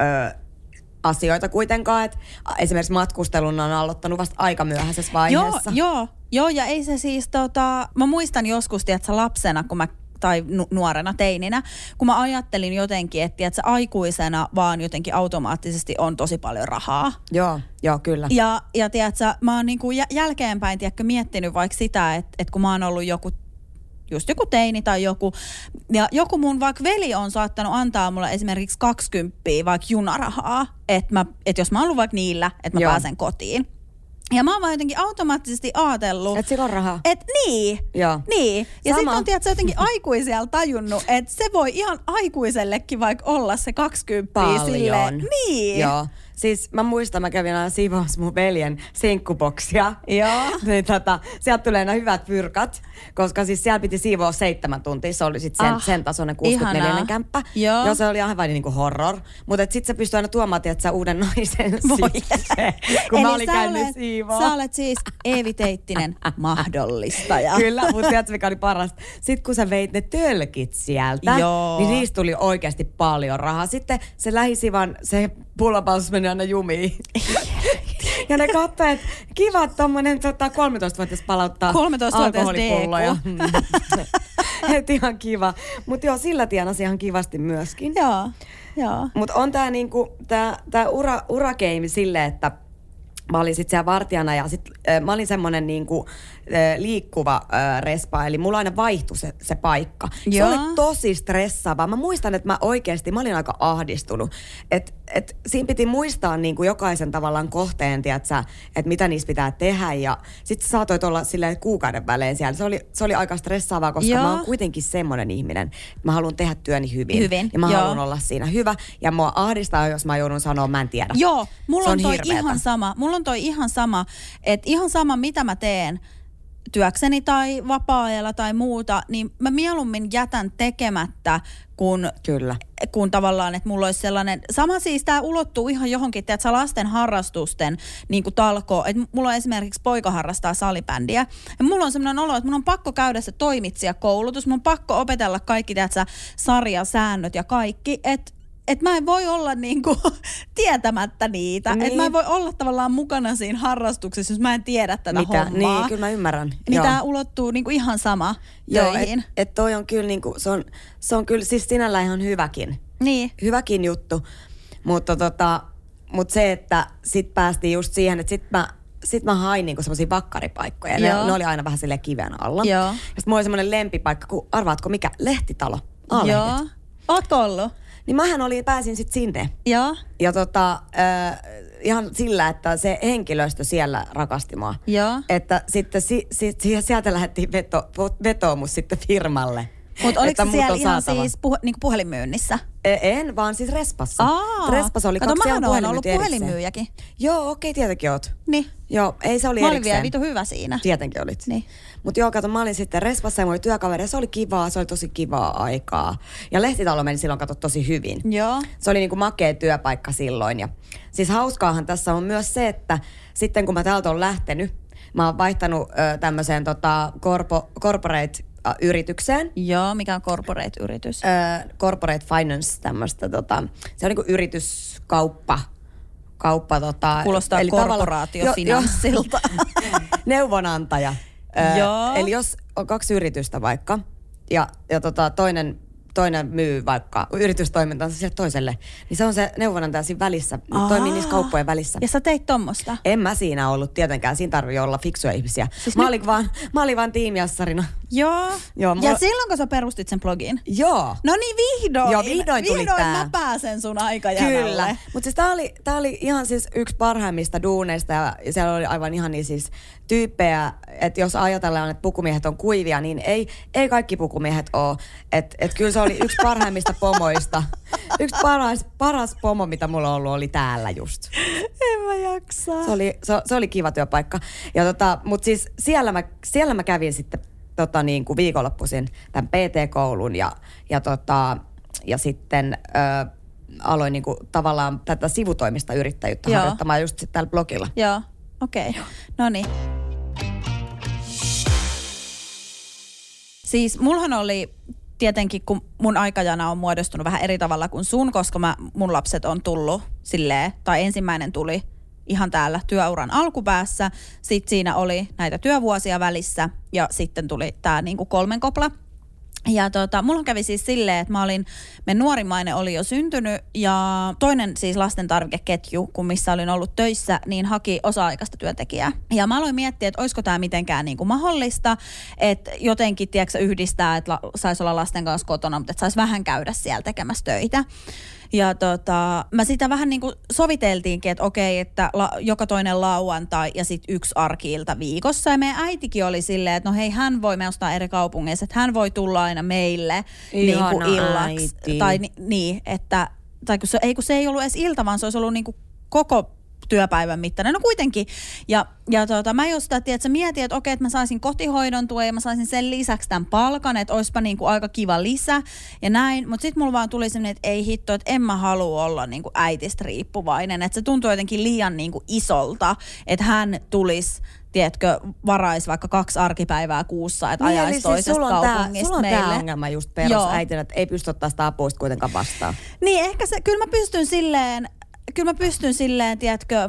asioita kuitenkaan, että esimerkiksi matkustelun on aloittanut vasta aika myöhäisessä vaiheessa. Joo, ja ei se siis mä muistan joskus, tiedätkö, lapsena, tai nuorena teininä, kun mä ajattelin jotenkin, että tiedätkö, aikuisena vaan jotenkin automaattisesti on tosi paljon rahaa. Joo, kyllä. Ja tiedätkö, mä oon niinku jälkeenpäin, tiedätkö, miettinyt vaikka sitä, että kun mä oon ollut joku teini tai ja joku mun vaikka veli on saattanut antaa mulle esimerkiksi 20 vaikka junarahaa, että jos mä oon ollut vaikka niillä, että mä pääsen kotiin. Ja mä oon vaan jotenkin automaattisesti ajatellut. Että sillä on rahaa. Että niin. Ja sitten on tiedätkö, jotenkin aikuisella tajunnut, että se voi ihan aikuisellekin vaikka olla se 20 paljon. Silleen. Niin. Joo. Siis mä muistan, mä kävin aina siivoamassa mun veljen sinkkuboksia. Joo. Niin sieltä tulee nämä hyvät fyrkat, koska siis siellä piti siivoa 7 tuntia. Se oli sitten sen tasoinen 64 kämppä. Joo. Se oli aivan niin kuin horror. Mutta sitten se pystyi aina tuomaan, tiedätkö, uuden naisen sitten, kun mä olin käynyt siivoa. Sä olet siis Eevi Teittinen mahdollistaja. Kyllä, mutta tiedätkö, mikä oli parasta? Sitten kun sä veit ne tölkit sieltä, niin niistä tuli oikeasti paljon rahaa. Sitten se lähisivan, se pullopalsus meni aina jumiin. Ja ne katsoi, että kiva tommonen 13-vuotias palauttaa 13-vuotias alkoholipulloja. Et ihan kiva. Mutta joo, sillä tienasi ihan kivasti myöskin. Joo. Mutta on tää niinku, tää urakeimi silleen, että mä olin sit siellä vartijana ja sit mä olin semmonen niinku liikkuva respa, eli mulla aina vaihtui se paikka. Se oli tosi stressaavaa. Mä muistan, että mä olin aika ahdistunut. Et siinä piti muistaa niinku jokaisen tavallaan kohteen, tiiätsä, että mitä niissä pitää tehdä. Ja sit sä saatoit olla silleen kuukauden välein siellä. Se oli aika stressaavaa, koska mä oon kuitenkin semmonen ihminen, että mä haluan tehdä työni hyvin. Ja mä haluan olla siinä hyvä. Ja mua ahdistaa, jos mä joudun sanoa, mä en tiedä. Joo, mulla on toi ihan sama, että ihan sama mitä mä teen työkseni tai vapaa-ajalla tai muuta, niin mä mieluummin jätän tekemättä, kun kun tavallaan, että mulla olisi sellainen, sama siis tämä ulottuu ihan johonkin, että lasten harrastusten niin kuin talkoo, että mulla on esimerkiksi poika harrastaa salibändiä, ja mulla on sellainen olo, että mun on pakko käydä se toimitsijakoulutus, mun on pakko opetella kaikki, sarjasäännöt ja kaikki, että mä en voi olla niinku tietämättä niitä. Niin. Että mä en voi olla tavallaan mukana siinä harrastuksessa, jos mä en tiedä tätä hommaa. Niin, kyllä mä ymmärrän. Niin tää ulottuu niinku ihan sama töihin. Et toi on kyllä niinku, se on kyllä siis sinällään ihan hyväkin. Niin. Hyväkin juttu. Mutta se, että sit päästiin just siihen, että sit mä hain niinku semmosia vakkaripaikkoja. Ne oli aina vähän silleen kiven alla. Joo. Ja sit mulla oli semmonen lempipaikka, kun arvaatko mikä? Lehtitalo. Joo. Ootko ollut? Niin mähän pääsin sitten sinne. Joo. Ja ihan sillä, että se henkilöstö siellä rakasti mua. Joo. Että sitten sieltä lähdettiin vetoomus sitten firmalle. Mutta oliko se siellä ihan siis niinku puhelinmyynnissä? En, vaan siis Respassa. Respassa oli 2 ihan puhelinmyyjä ollut puhelinmyyjäkin. Joo, okei, tietenkin oot. Niin. Joo, ei se oli mä erikseen. Olin vielä vitu hyvä siinä. Tietenkin olit. Niin. Mutta joo, kato, mä olin sitten Respassa ja mulla oli työkaveri ja se oli kivaa, se oli tosi kivaa aikaa. Ja Lehtitalo meni silloin tosi hyvin. Joo. Se oli niinku makea työpaikka silloin. Ja siis hauskaahan tässä on myös se, että sitten kun mä täältä on lähtenyt, mä oon vaihtanut tämmöiseen corporate-yritykseen. Joo, mikä on corporate-yritys? Corporate finance tämmöistä, se on niinku yrityskauppa. Kuulostaa eli korporaatiofinanssilta. Neuvonantaja. Eli jos on 2 yritystä vaikka, ja toinen myy vaikka yritystoimintansa sille toiselle, niin se on se neuvonantaja siinä välissä, toimii niissä kauppojen välissä. Ja sä teit tommosta? En mä siinä ollut tietenkään, siinä tarvii olla fiksuja ihmisiä. Siis mä olin vaan tiimiassarina. Joo. Ja silloin kun sä perustit sen blogin? Joo. No niin vihdoin. Joo, vihdoin tuli tää. Mä pääsen sun aikajanalle. Kyllä. Mutta siis tää oli ihan siis yksi parhaimmista duuneista ja siellä oli aivan ihan niin siis tyyppejä, että jos ajatellaan, että pukumiehet on kuivia, niin ei kaikki pukumiehet ole. Et kyllä se oli yksi parhaimmista pomoista. Yksi paras pomo, mitä mulla on ollut, oli täällä just. En mä jaksa. Se oli kiva työpaikka. Ja mutta siis siellä mä kävin sitten niin kuin viikonloppuisin tämän PT-koulun ja sitten aloin niin kuin tavallaan tätä sivutoimista yrittäjyyttä harjoittamaan just sitten täällä blogilla. Joo, okei. Okay. No niin. Siis mullahan oli tietenkin, kun mun aikajana on muodostunut vähän eri tavalla kuin sun, koska mun lapset on tullut silleen, tai ensimmäinen tuli ihan täällä työuran alkupäässä. Sitten siinä oli näitä työvuosia välissä ja sitten tuli tää niinku 3 kopla. Ja mulla kävi siis silleen, että meidän nuorimmainen oli jo syntynyt ja toinen siis lastentarvikeketju, kun missä olin ollut töissä, niin haki osa-aikaista työntekijää. Ja mä aloin miettiä, että olisiko tämä mitenkään niinku mahdollista, että jotenkin tiedätkö, yhdistää, että saisi olla lasten kanssa kotona, mutta että saisi vähän käydä siellä tekemässä töitä. Ja mä sitä vähän niin kuin soviteltiinkin, että okei, että joka toinen lauantai ja sitten 1 arki-ilta viikossa. Ja meidän äitikin oli silleen, että no hei, hän voi, me ostaa eri kaupungeissa, että hän voi tulla aina meille niin kuin illaksi. Tai niin, että, tai kun se ei ollut edes ilta, vaan se olisi ollut niin kuin koko työpäivän mittainen. No kuitenkin. Ja mä jostain, että mietin, että okei, että mä saisin kotihoidon tuen ja mä saisin sen lisäksi tämän palkan, että olisipa niinku aika kiva lisä ja näin. Mutta sitten mulla vaan tuli sellainen, että ei hitto, että en mä halua olla niinku äitistä riippuvainen. Että se tuntuu jotenkin liian niinku isolta, että hän tulisi, tiedätkö, varaisi vaikka 2 arkipäivää kuussa, että ajaisi siis toisesta kaupungista meille. Sulla on tämä ongelma just perusäitinä, että ei pysty ottaa sitä apua kuitenkaan vastaan. Niin, ehkä se, kyllä mä pystyn silleen, tiedätkö,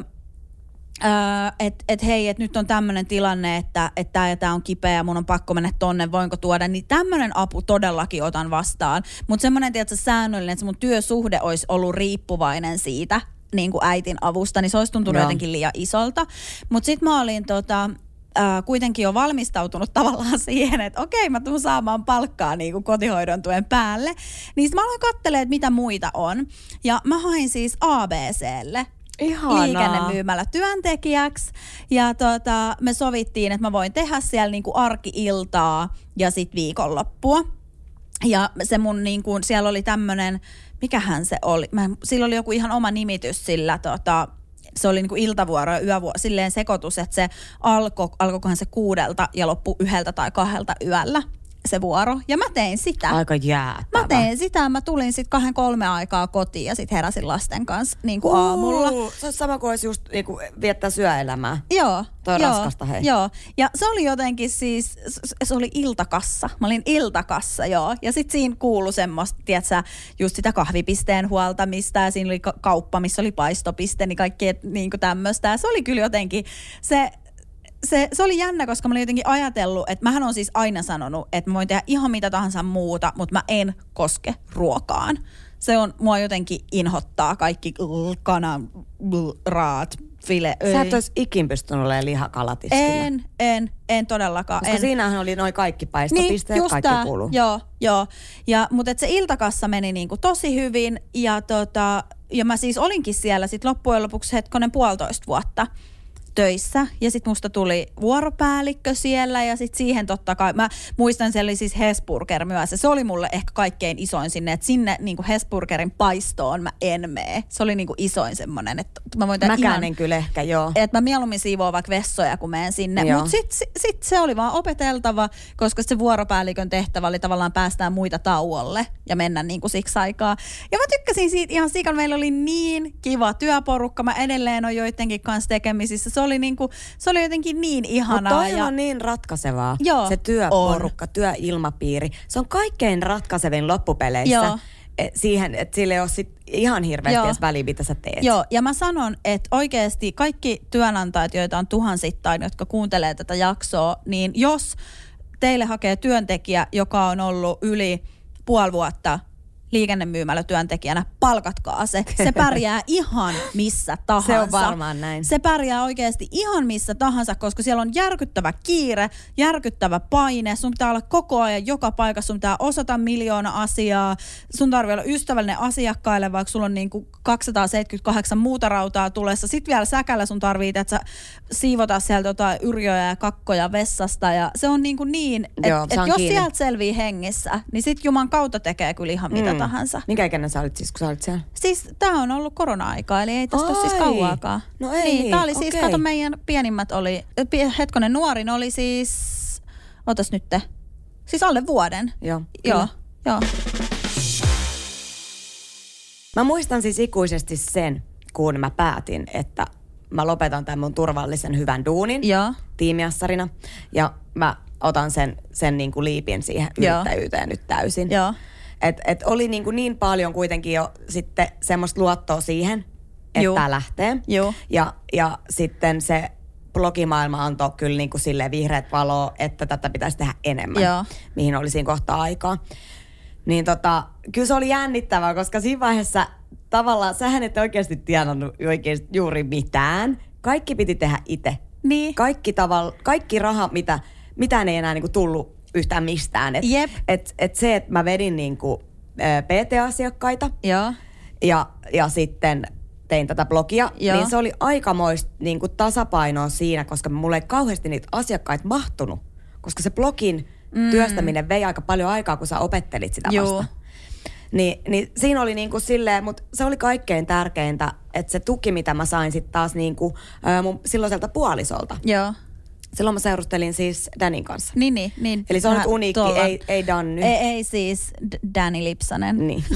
että hei, että nyt on tämmöinen tilanne, että tämä on kipeä, mun on pakko mennä tonne, voinko tuoda, niin tämmöinen apu todellakin otan vastaan. Mutta semmoinen, tiedätkö, säännöllinen, että mun työsuhde olisi ollut riippuvainen siitä niin kuin äitin avusta, niin se olisi tuntunut jotenkin liian isolta. Mutta sitten mä olin kuitenkin jo valmistautunut tavallaan siihen, että okei, mä tuun saamaan palkkaa niin kuin kotihoidon tuen päälle. Niin mä aloin katselemaan, että mitä muita on. Ja mä hain siis ABClle. Ihanaa. Liikennemyymällä työntekijäksi. Ja me sovittiin, että mä voin tehdä siellä niin kuin arki-iltaa ja sit viikonloppua. Ja se mun niin kuin, siellä oli tämmönen, mikähän se oli? Sillä oli joku ihan oma nimitys sillä se oli niinku iltavuoro ja yövuoro, silleen sekoitus, että se alkoikohan se 6 ja loppui 1 tai 2 yöllä. se vuoro. Ja mä tein sitä. Aika jäätävä. Mä tein sitä. Mä tulin sitten 2-3 aikaa kotiin ja sitten heräsin lasten kanssa niin kuin aamulla. Se on sama kuin olisi just niin kuin viettää syöelämää. Joo. Toi on raskasta, hei. Joo. Ja se oli jotenkin siis, se oli iltakassa. Mä olin iltakassa, joo. Ja sitten siinä kuului semmoista, tiedätkö, just sitä kahvipisteen huoltamista ja siinä oli kauppa, missä oli paistopiste, niin kaikkea niin kuin tämmöistä. Se oli kyllä jotenkin, se oli jännä, koska mä olin jotenkin ajatellut, että mähän on siis aina sanonut, että mä voin tehdä ihan mitä tahansa muuta, mutta mä en koske ruokaan. Se on, mua jotenkin inhottaa kaikki kanan, raat, file. Sä et olisi ikin pystynyt olemaan lihakalatiskillä. En todellakaan. Koska siinähän oli noin kaikki paistopisteet, niin, kaikki kuuluu. Joo. Mutta se iltakassa meni niinku tosi hyvin ja mä siis olinkin siellä sit loppujen lopuksi 1,5 vuotta töissä ja sitten musta tuli vuoropäällikkö siellä ja sitten siihen totta kai, mä muistan se oli siis Hesburger myös ja se oli mulle ehkä kaikkein isoin sinne, että sinne niinku Hesburgerin paistoon mä en mene. Se oli niinku isoin semmonen, että mä voin mäkään en kyllä ehkä, joo. Että mä mieluummin siivoan vaikka vessoja, kun menen sinne. Mutta sit se oli vaan opeteltava, koska se vuoropäällikön tehtävä oli tavallaan päästään muita tauolle ja mennä niinku siksi aikaa. Ja mä tykkäsin siitä ihan sikan, meillä oli niin kiva työporukka, mä edelleen on joidenkin kanssa tekemisissä. Se oli jotenkin niin ihanaa. Mutta toi on niin ratkaisevaa, se työporukka, työilmapiiri. Se on kaikkein ratkaisevin loppupeleissä siihen, että sillä ei ole sit ihan hirveästi edes väliä, mitä sä teet. Joo, ja mä sanon, että oikeasti kaikki työnantajat, joita on tuhansittain, jotka kuuntelee tätä jaksoa, niin jos teille hakee työntekijä, joka on ollut yli puoli vuotta liikennemyymälätyöntekijänä, palkatkaa se. Se pärjää ihan missä tahansa. Se on varmaan näin. Se pärjää oikeasti ihan missä tahansa, koska siellä on järkyttävä kiire, järkyttävä paine. Sun pitää olla koko ajan joka paikassa, sun pitää osata miljoona asiaa. Sun tarvitsee olla ystävällinen asiakkaille, vaikka sulla on niinku 278 muuta rautaa tulessa. Sitten vielä säkällä sun tarvitsee, että sä siivota sieltä jotain yrjöjä ja kakkoja vessasta. Ja se on niin, että jos sieltä selvii hengissä, niin sit Juman kautta tekee kyllä ihan mitä tahansa. Minkä ikäinen sä olit siis, kun sä olit siellä? Siis tää on ollut korona-aikaa, eli ei tästä ole siis kauaakaan. No ei niin. Tää oli siis, kato meidän pienimmät oli, nuorin oli siis, otas nyt, siis alle vuoden. Joo. Mä muistan siis ikuisesti sen, kun mä päätin, että mä lopetan tämän mun turvallisen hyvän duunin tiimiassarina ja mä otan sen niin kuin liipin siihen yrittäjyyteen nyt täysin. Joo. Et oli niin paljon kuitenkin jo sitten semmoista luottoa siihen, että tää lähtee. Ja sitten se blogimaailma antoi kyllä niin kuin silleen vihreät valoa, että tätä pitäisi tehdä enemmän, mihin oli siinä kohtaa aikaa. Niin kyllä se oli jännittävää, koska siinä vaiheessa tavallaan sähän et oikeasti tienannut oikeasti juuri mitään. Kaikki piti tehdä itse. Niin. Kaikki raha, mitään ei enää niinku tullut yhtään mistään. Et se, että mä vedin niinku PT-asiakkaita ja sitten tein tätä blogia, niin se oli aikamoista niinku tasapainoa siinä, koska mulle ei kauheasti niitä asiakkaita mahtunut. Koska se blogin työstäminen vei aika paljon aikaa, kun sä opettelit sitä vasta. Niin siinä oli niinku silleen, mutta se oli kaikkein tärkeintä, että se tuki, mitä mä sain sitten taas niinku mun silloiselta puolisolta. Joo. Silloin mä seurustelin siis Danin kanssa. Niin. Eli se on nyt uniikki, ei Danny. Ei siis Danny Lipsanen. Niin.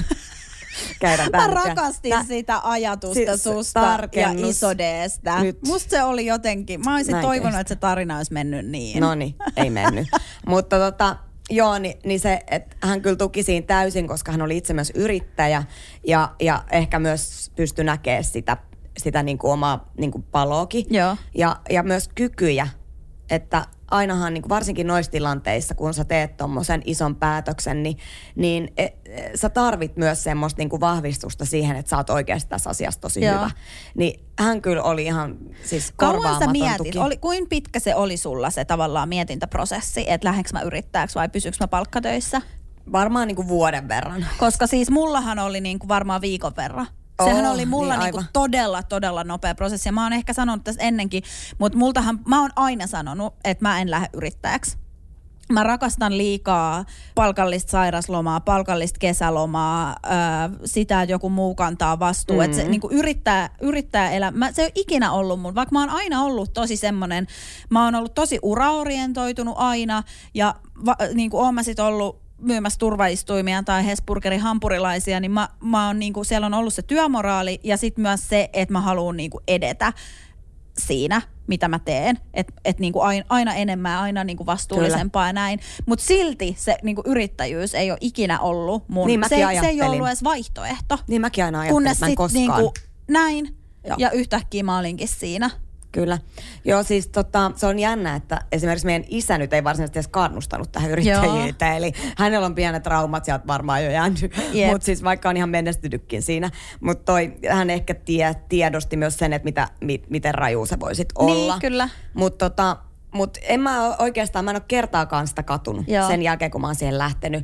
Mä rakastin sitä ajatusta susta ja Iso D:stä. Musta se oli jotenkin, mä olisin toivonut, että se tarina olisi mennyt niin. No niin, ei mennyt. Mutta niin se, että hän kyllä tuki siinä täysin, koska hän oli itse myös yrittäjä ja ehkä myös pystyi näkemään sitä niin kuin omaa niin kuin paloakin. Ja myös kykyjä, että ainahan niin kuin varsinkin noissa tilanteissa, kun sä teet tommosen ison päätöksen, niin sä tarvit myös semmoista niin kuin vahvistusta siihen, että sä oot oikeasti tässä asiassa tosi hyvä. Niin hän kyllä oli ihan siis korvaamaton tuki. Kuinka pitkä se oli sulla se tavallaan mietintäprosessi, että lähdenkö mä yrittäjäksi vai pysyykö mä palkkatöissä? Varmaan niin kuin vuoden verran. Koska siis mullahan oli niin kuin varmaan viikon verran. Sehän oli mulla niinku todella nopea prosessi. Ja mä oon ehkä sanonut tässä ennenkin, mutta mä oon aina sanonut, että mä en lähde yrittäjäksi. Mä rakastan liikaa palkallista sairaslomaa, palkallista kesälomaa, sitä, että joku muu kantaa vastuu. Että se niin kuin yrittää elää. Se ei ole ikinä ollut mun, vaikka mä oon aina ollut tosi semmoinen, mä oon ollut tosi uraorientoitunut aina ja niin kuin oon mä sit ollut myymässä turvaistuimia tai Hesburgerin hampurilaisia, niin mä oon niin kuin, siellä on ollut se työmoraali ja sitten myös se, että mä haluan niin kuin edetä siinä, mitä mä teen. Että niinku aina enemmän, aina niinku vastuullisempaa ja näin. Mutta silti se niinku yrittäjyys ei ole ikinä ollut mun. Niin se ei ollut edes vaihtoehto. Niin mäkin aina ajattelin, että mä en koskaan. Niinku, näin. Joo. Ja yhtäkkiä mä olinkin siinä. Kyllä. Joo, siis se on jännä, että esimerkiksi meidän isä nyt ei varsinaisesti edes kannustanut tähän yrittäjyyteen. Eli hänellä on pienet traumat sieltä varmaan jo jäänyt. Mutta siis vaikka on ihan menestynytkin siinä. Mutta hän ehkä tiedosti myös sen, että miten raju se voisit olla. Niin, kyllä. Mutta mä en ole kertaakaan sitä katunut sen jälkeen, kun mä oon siihen lähtenyt.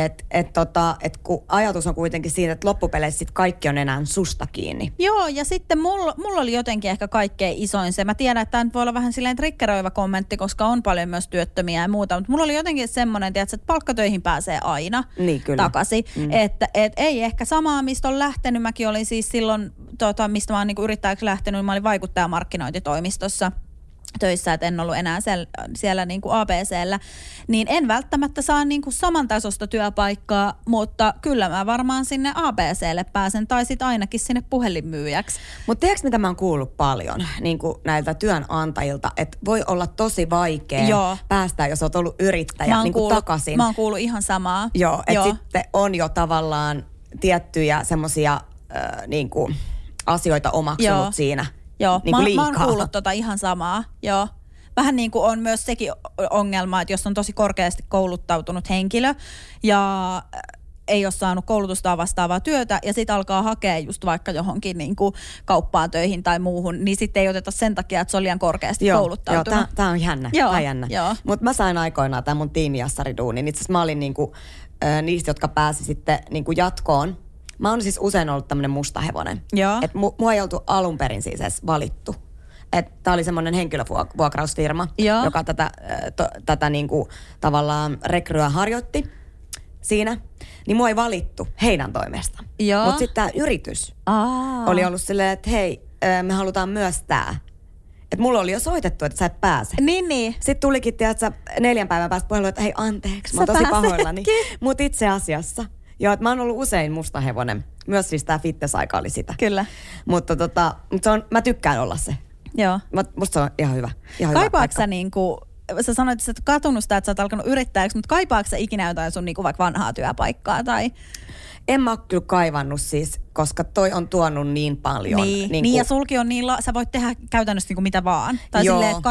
Kun ajatus on kuitenkin siitä, että loppupeleissä sit kaikki on enää susta kiinni. Joo, ja sitten mulla oli jotenkin ehkä kaikkein isoin se. Mä tiedän, että tämä nyt voi olla vähän silleen triggeröivä kommentti, koska on paljon myös työttömiä ja muuta. Mutta mulla oli jotenkin semmoinen, että palkkatöihin pääsee aina takaisin. Että ei ehkä samaa, mistä on lähtenyt. Mäkin olin siis silloin, mistä mä oon niinku yrittäjäksi lähtenyt, mä olin vaikuttajamarkkinointitoimistossa töissä, että en ollut enää siellä niin kuin ABC:llä, niin en välttämättä saa niin kuin samantasoista työpaikkaa, mutta kyllä mä varmaan sinne ABC:lle pääsen tai sitten ainakin sinne puhelinmyyjäksi. Mutta tiedätkö, mitä mä oon kuullut paljon niin kuin näiltä työnantajilta, että voi olla tosi vaikea päästä, jos oot ollut yrittäjä niin kuin takaisin. Mä oon kuullut ihan samaa. Joo, että sitten on jo tavallaan tiettyjä semmoisia niin kuin asioita omaksunut siinä. Joo, niin mä oon kuullut ihan samaa, joo. Vähän niin kuin on myös sekin ongelma, että jos on tosi korkeasti kouluttautunut henkilö ja ei ole saanut koulutustaan vastaavaa työtä ja sitten alkaa hakea just vaikka johonkin niin kuin kauppaan töihin tai muuhun, niin sitten ei oteta sen takia, että se on liian korkeasti kouluttautunut. Joo, tää on jännä. Mutta mä sain aikoinaan tämän mun tiimijassariduunin. Itse asiassa mä olin niinku, niistä, jotka pääsi sitten niinku jatkoon. Mä oon siis usein ollut tämmönen musta hevonen. Että mua ei oltu alun perin siis edes valittu. Että tää oli semmoinen henkilövuokrausfirma, joka tätä niinku tavallaan rekryä harjoitti siinä. Niin mua ei valittu heidän toimesta. Mutta sitten tää yritys oli ollut silleen, että hei, me halutaan myös tää. Että mulla oli jo soitettu, että sä et pääse. Niin. Sitten tulikin, tiedätkö, 4 päivän päästä puhelu, että hei anteeksi, mä oon tosi pahoillani. Mutta itse asiassa... Joo, että mä oon ollut usein musta hevonen. Myös siis tää fitness-aika oli sitä. Kyllä. Mutta mä tykkään olla se. Joo. Musta se on ihan hyvä. Kaipaatko sä niinku, sä sanoit, että sä et katunut sitä, että sä oot alkanut yrittäjäksi, mutta kaipaatko sä ikinä jotain sun niinku vaikka vanhaa työpaikkaa tai... En mä oo kyllä kaivannut siis, koska toi on tuonut niin paljon. Niin ja sulki on sä voit tehdä käytännössä niinku mitä vaan. Tai silleen, että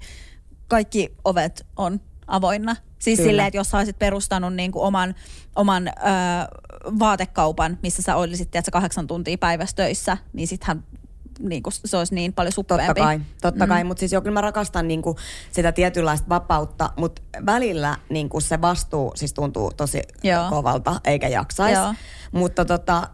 kaikki ovet on avoinna. Siis silleen, että jos sä olisit perustanut niinku oman vaatekaupan, missä sä olisit 8 tuntia päivässä töissä, niin sittenhän niinku, se olisi niin paljon suppeempi. Totta kai. Mutta siis kyllä mä rakastan niinku sitä tietynlaista vapautta, mutta välillä niinku se vastuu siis tuntuu tosi kovalta, eikä jaksaisi. Mutta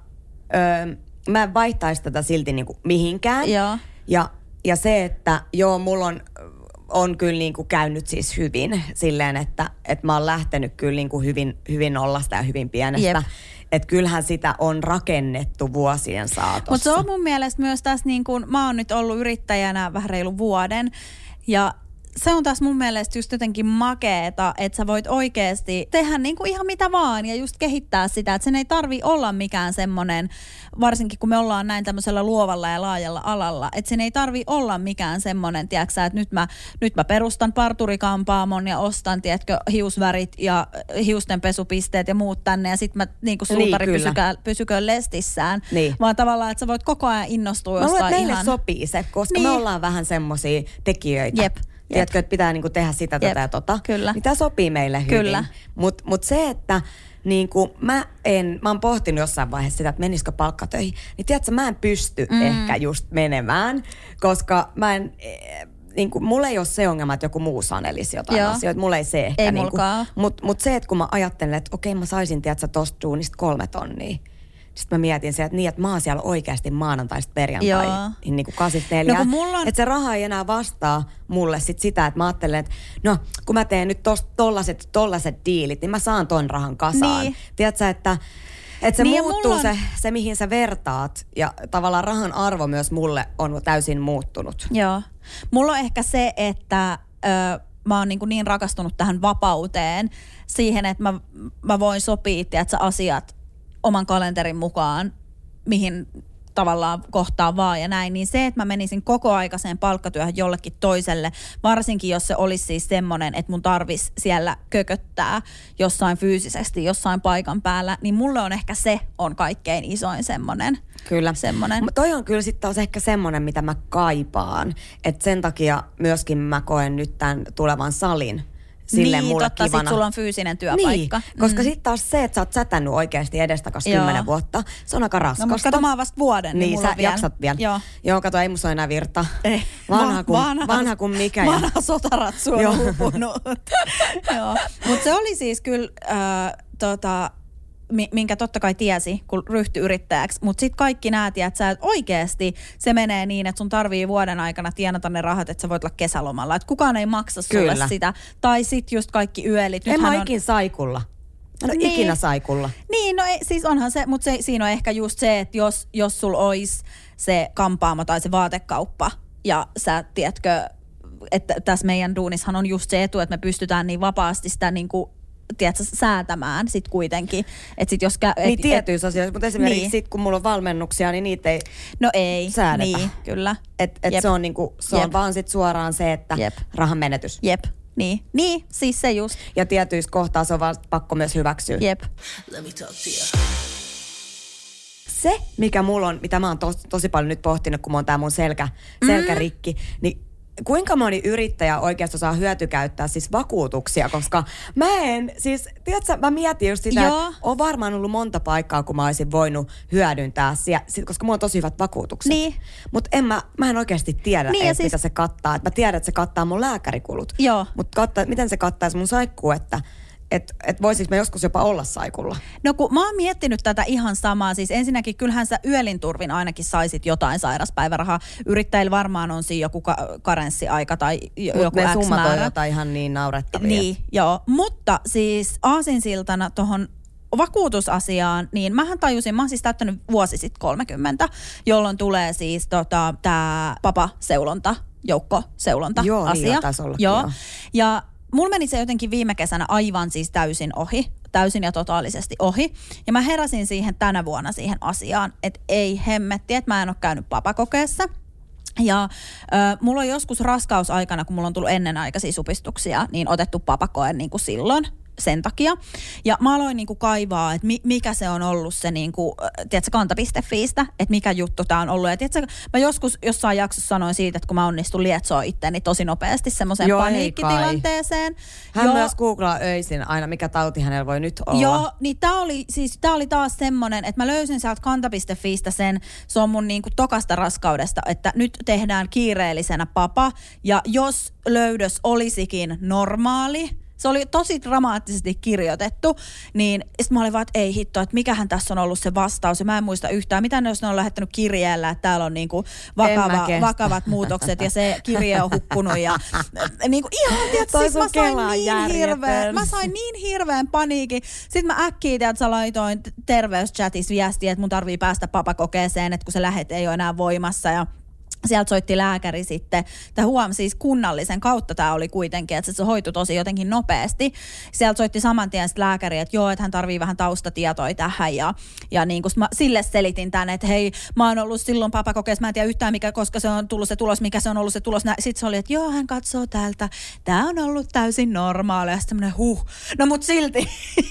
mä en vaihtaisi tätä silti niinku mihinkään. Ja se, että mulla on kyllä niinku käynyt siis hyvin silleen, että mä oon lähtenyt kyllä niinku hyvin nollasta ja hyvin pienestä. Että kyllähän sitä on rakennettu vuosien saatossa. Mutta se on mun mielestä myös tässä, niin kun mä oon nyt ollut yrittäjänä vähän reilu vuoden ja se on taas mun mielestä just jotenkin makeeta, että sä voit oikeasti tehdä niinku ihan mitä vaan ja just kehittää sitä, että sen ei tarvi olla mikään semmoinen, varsinkin kun me ollaan näin tämmöisellä luovalla ja laajalla alalla, että sen ei tarvi olla mikään semmoinen, tiedätkö, että nyt mä perustan parturikampaamon ja ostan, tiedätkö, hiusvärit ja hiustenpesupisteet ja muut tänne ja sit mä niinku suutari pysyköön lestissään, vaan tavallaan, että sä voit koko ajan innostua jostain ihan. Mä luulen, että meille sopii se, koska me ollaan vähän semmosia tekijöitä. Tiedätkö, että pitää niinku tehdä sitä, tätä ja tota. Kyllä. Niin tämä sopii meille hyvin. Kyllä. Mut se, että niinku, mä oon pohtinut jossain vaiheessa sitä, että menisikö palkkatöihin. Niin tiedätkö, mä en pysty ehkä just menemään, koska mä en... Niinku, mulla ei ole se ongelma, että joku muu sanelisi jotain asioita. Mulla ei se ehkä. Ei niinku, mut se, että kun mä ajattelen, että okei, mä saisin, tiedätkö, tosta duunista 3 tonnia. Sitten mä mietin se, että niin, että mä oon siellä oikeasti maanantaista perjantai, Joo. niin kuin 8-4. No, mulla on... Että se raha ei enää vastaa mulle sitä, että mä ajattelen, että no, kun mä teen nyt tollaset diilit, niin mä saan ton rahan kasaan. Niin. Tiedätkö, että se niin muuttuu se, mihin sä vertaat. Ja tavallaan rahan arvo myös mulle on täysin muuttunut. Joo. Mulla on ehkä se, että mä oon niin rakastunut tähän vapauteen. Siihen, että mä voin sopia, tiedätkö, asiat oman kalenterin mukaan, mihin tavallaan kohtaa vaan ja näin, niin se, että mä menisin kokoaikaiseen palkkatyöhön jollekin toiselle, varsinkin jos se olisi siis semmoinen, että mun tarvis siellä kököttää jossain fyysisesti, jossain paikan päällä, niin mulle on ehkä se on kaikkein isoin semmoinen. Kyllä. Semmoinen. Toi on kyllä sitten taas ehkä semmoinen, mitä mä kaipaan, että sen takia myöskin mä koen nyt tämän tulevan salin silleen niin, mulle totta, kivana. Sit sulla on fyysinen työpaikka. Niin, koska sitten taas se, että sä oot sätännyt oikeasti edestakas 10 vuotta, se on aika raskasta. No, mutta kato, mä oon vasta vuoden, niin mulla sä on vielä. jaksat vielä. Joo, kato, ei musta ole enää virta. Ei. Vanha kuin mikä. Vanha sotaratsu on uupunut. Joo, mutta se oli siis kyllä... minkä totta kai tiesi, kun ryhtyi yrittäjäksi. Mutta sitten kaikki nämä, että oikeasti se menee niin, että sun tarvii vuoden aikana tienata ne rahat, että sä voit olla kesälomalla. Että kukaan ei maksa sulle sitä. Tai sitten just kaikki yölit. En mä ikin saikulla. Niin. Ikinä saikulla. Niin, no siis onhan se, mutta siinä on ehkä just se, että jos sulla olisi se kampaamo tai se vaatekauppa ja sä tiedätkö, että tässä meidän duunissahan on just se etu, että me pystytään niin vapaasti sitä niinku tiedätkö, säätämään sit kuitenkin. Että sit jos niin tietyissä asioissa, mutta esimerkiksi sit kun mulla on valmennuksia, niin niitä ei säädetä. Niin, kyllä. Et se on niinku, se on vaan sit suoraan se, että rahan menetys. Jep. Niin, siis se just. Ja tietyissä kohtaa se on vaan pakko myös hyväksyä. Jep. Let me talk to you. Se, mikä mulla on, mitä mä oon tosi paljon nyt pohtinut, kun mä oon tää mun selkärikki, niin kuinka moni yrittäjä oikeasti osaa hyötykäyttää siis vakuutuksia, koska tiedätkö, mä mietin just sitä, että on varmaan ollut monta paikkaa, kun mä olisin voinut hyödyntää, koska mulla on tosi hyvät vakuutukset. Niin. Mutta mä en oikeasti tiedä, niin, mitä se kattaa. Et mä tiedän, että se kattaa mun lääkärikulut. Joo. Mutta miten se kattaisi mun saikkuu, että voisinko mä joskus jopa olla saikulla? No kun mä oon miettinyt tätä ihan samaa, siis ensinnäkin kyllähän sä yölinturvin ainakin saisit jotain sairaspäivärahaa. Yrittäjillä varmaan on siinä joku karenssiaika tai joku ne X summat määrä. on jotain ihan niin naurettavia. Niin, joo. Mutta siis aasinsiltana tohon vakuutusasiaan, niin mähän tajusin, mä oon siis täyttänyt vuosi sitten 30, jolloin tulee siis tää papaseulonta, joukkoseulonta joo, asia. Niin, taisi ollakin, joo. Ja mulla meni se jotenkin viime kesänä aivan siis täysin ja totaalisesti ohi. Ja mä heräsin siihen tänä vuonna siihen asiaan, että ei hemmetti, että mä en ole käynyt papakokeessa. Ja mulla on joskus raskausaikana, kun mulla on tullut ennenaikaisia supistuksia, niin otettu papakoe niin kuin silloin sen takia. Ja mä aloin niinku kaivaa, että mikä se on ollut se niinku, tiedätkö, kanta.fiistä, että mikä juttu tää on ollut. Ja tiedätkö, mä joskus jossain jaksossa sanoin siitä, että kun mä onnistun lietsoa itteni tosi nopeasti semmoiseen paniikkitilanteeseen. Hän myös googlaa öisin aina, mikä tauti hänellä voi nyt olla. Joo, niin tää oli taas semmonen, että mä löysin sieltä kanta.fiistä se on mun niinku tokasta raskaudesta, että nyt tehdään kiireellisenä papa, ja jos löydös olisikin normaali, se oli tosi dramaattisesti kirjoitettu, niin sitten mä olin vaan, että ei hitto, että mikähän tässä on ollut se vastaus. Ja mä en muista yhtään, mitä ne jos ne on lähettänyt kirjeellä, että täällä on niinku vakavat muutokset ja se kirje on hukkunut. Ja niinku ihan, tiedätkö, siis mä sain niin hirveän paniikin. Sitten mä äkkiä, tiedätkö, laitoin terveyschatissa viestiä, että mun tarvii päästä papakokeeseen, että kun se lähet ei ole enää voimassa ja sieltä soitti lääkäri sitten, siis kunnallisen kautta tämä oli kuitenkin, että se hoitui tosi jotenkin nopeasti. Sieltä soitti saman tien sitten lääkäri, että joo, että hän tarvii vähän taustatietoja tähän ja niin kuin mä sille selitin tämän, että hei, mä oon ollut silloin papakokeessa, mä en tiedä yhtään koska se on tullut se tulos, mikä se on ollut se tulos. Sitten se oli, että joo, hän katsoo täältä, tää on ollut täysin normaalia ja sitten tämmönen no mut silti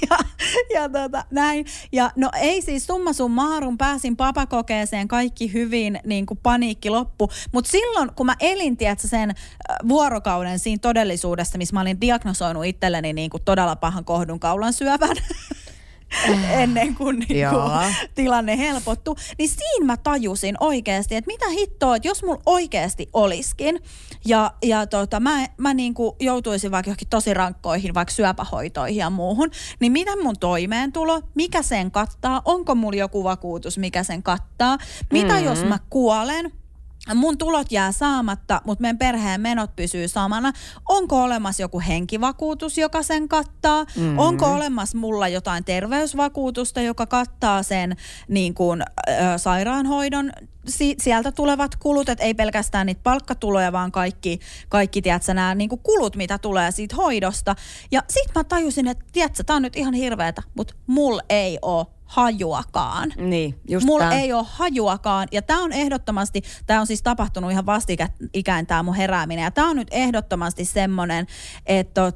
näin. Ja no ei siis summa summarum, pääsin papakokeeseen, kaikki hyvin, niin kuin paniikki loppu. Mutta silloin, kun mä elin, tiedätkö, sen vuorokauden siinä todellisuudessa, missä mä olin diagnosoinut itselleni niin kuin todella pahan kohdunkaulan syövän, ennen kuin niinku tilanne helpottui. Niin siinä mä tajusin oikeasti, että mitä hittoa, että jos mulla oikeasti olisikin ja mä niinku joutuisin vaikka johonkin tosi rankkoihin, vaikka syöpähoitoihin ja muuhun, niin mitä mun toimeentulo, mikä sen kattaa, onko mulla joku vakuutus, mikä sen kattaa, mitä jos mä kuolen, mun tulot jää saamatta, mutta meidän perheen menot pysyy samana. Onko olemassa joku henkivakuutus, joka sen kattaa? Onko olemassa mulla jotain terveysvakuutusta, joka kattaa sen niin kuin, sairaanhoidon sieltä tulevat kulut, että ei pelkästään niitä palkkatuloja, vaan kaikki tiedätkö, nämä niin kuin kulut, mitä tulee siitä hoidosta. Ja sit mä tajusin, että tiedätkö, tää on nyt ihan hirveetä, mutta mulla ei ole hajuakaan. Niin, just mulla ei ole hajuakaan. Ja tää on ehdottomasti, tää on siis tapahtunut ihan vastikään tää mun herääminen. Ja tää on nyt ehdottomasti semmonen, että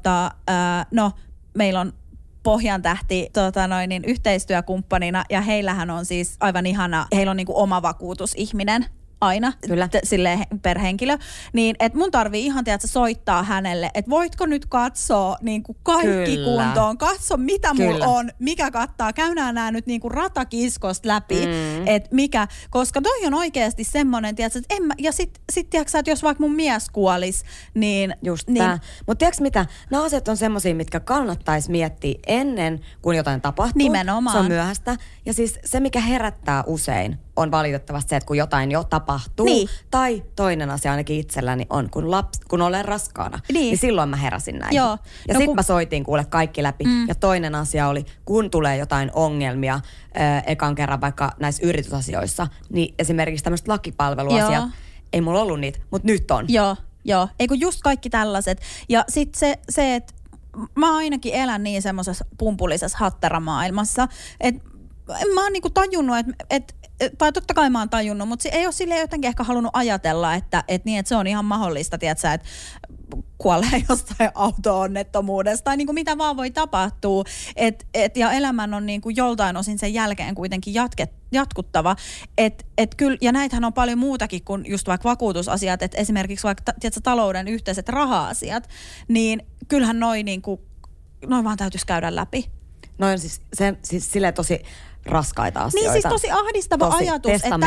meillä on Pohjantähti yhteistyökumppanina ja heillähän on siis aivan ihana, heillä on niinku oma vakuutusihminen aina, silleen per henkilö, niin että mun tarvii ihan soittaa hänelle, että voitko nyt katsoa niinku kaikki kuntoon, katso mitä mulla on, mikä kattaa, käydään nämä nyt niinku ratakiskosta läpi, että mikä, koska toi on oikeasti semmoinen, tiedätkö, että ja sit tiedätkö, että jos vaikka mun mies kuolisi, niin just tää. Mutta tiedätkö mitä, nämä asiat on semmoisia, mitkä kannattaisi miettiä ennen kuin jotain tapahtuu. Nimenomaan. Se on myöhäistä. Ja siis se, mikä herättää usein, on valitettavasti se, että kun jotain jo tapahtuu, tai toinen asia ainakin itselläni on, kun olen raskaana, niin silloin mä heräsin näin. Joo. Ja sit mä soitin kuule kaikki läpi. Ja toinen asia oli, kun tulee jotain ongelmia ekan kerran vaikka näissä yritysasioissa, niin esimerkiksi tämmöiset lakipalveluasiat, ei mulla ollut niitä, mutta nyt on. Joo. Ei kun just kaikki tällaiset. Ja sit se että mä ainakin elän niin semmoisessa pumpullisessa hatteramaailmassa, että mä oon niinku tajunnut, tai totta kai mä oon tajunnut, mutta se ei ole silleen jotenkin ehkä halunnut ajatella, että se on ihan mahdollista, tiedätkö, että kuolee jostain auto-onnettomuudesta tai niin kuin mitä vaan voi tapahtua. Ja elämän on niin kuin joltain osin sen jälkeen kuitenkin jatkuttava. Kyllä, ja näitähän on paljon muutakin kuin just vaikka vakuutusasiat, että esimerkiksi vaikka tiedätkö, talouden yhteiset raha-asiat, niin kyllähän noin vaan täytyisi käydä läpi. Noin on siis silleen tosi raskaita asioita. Niin siis tosi ahdistava ajatus, että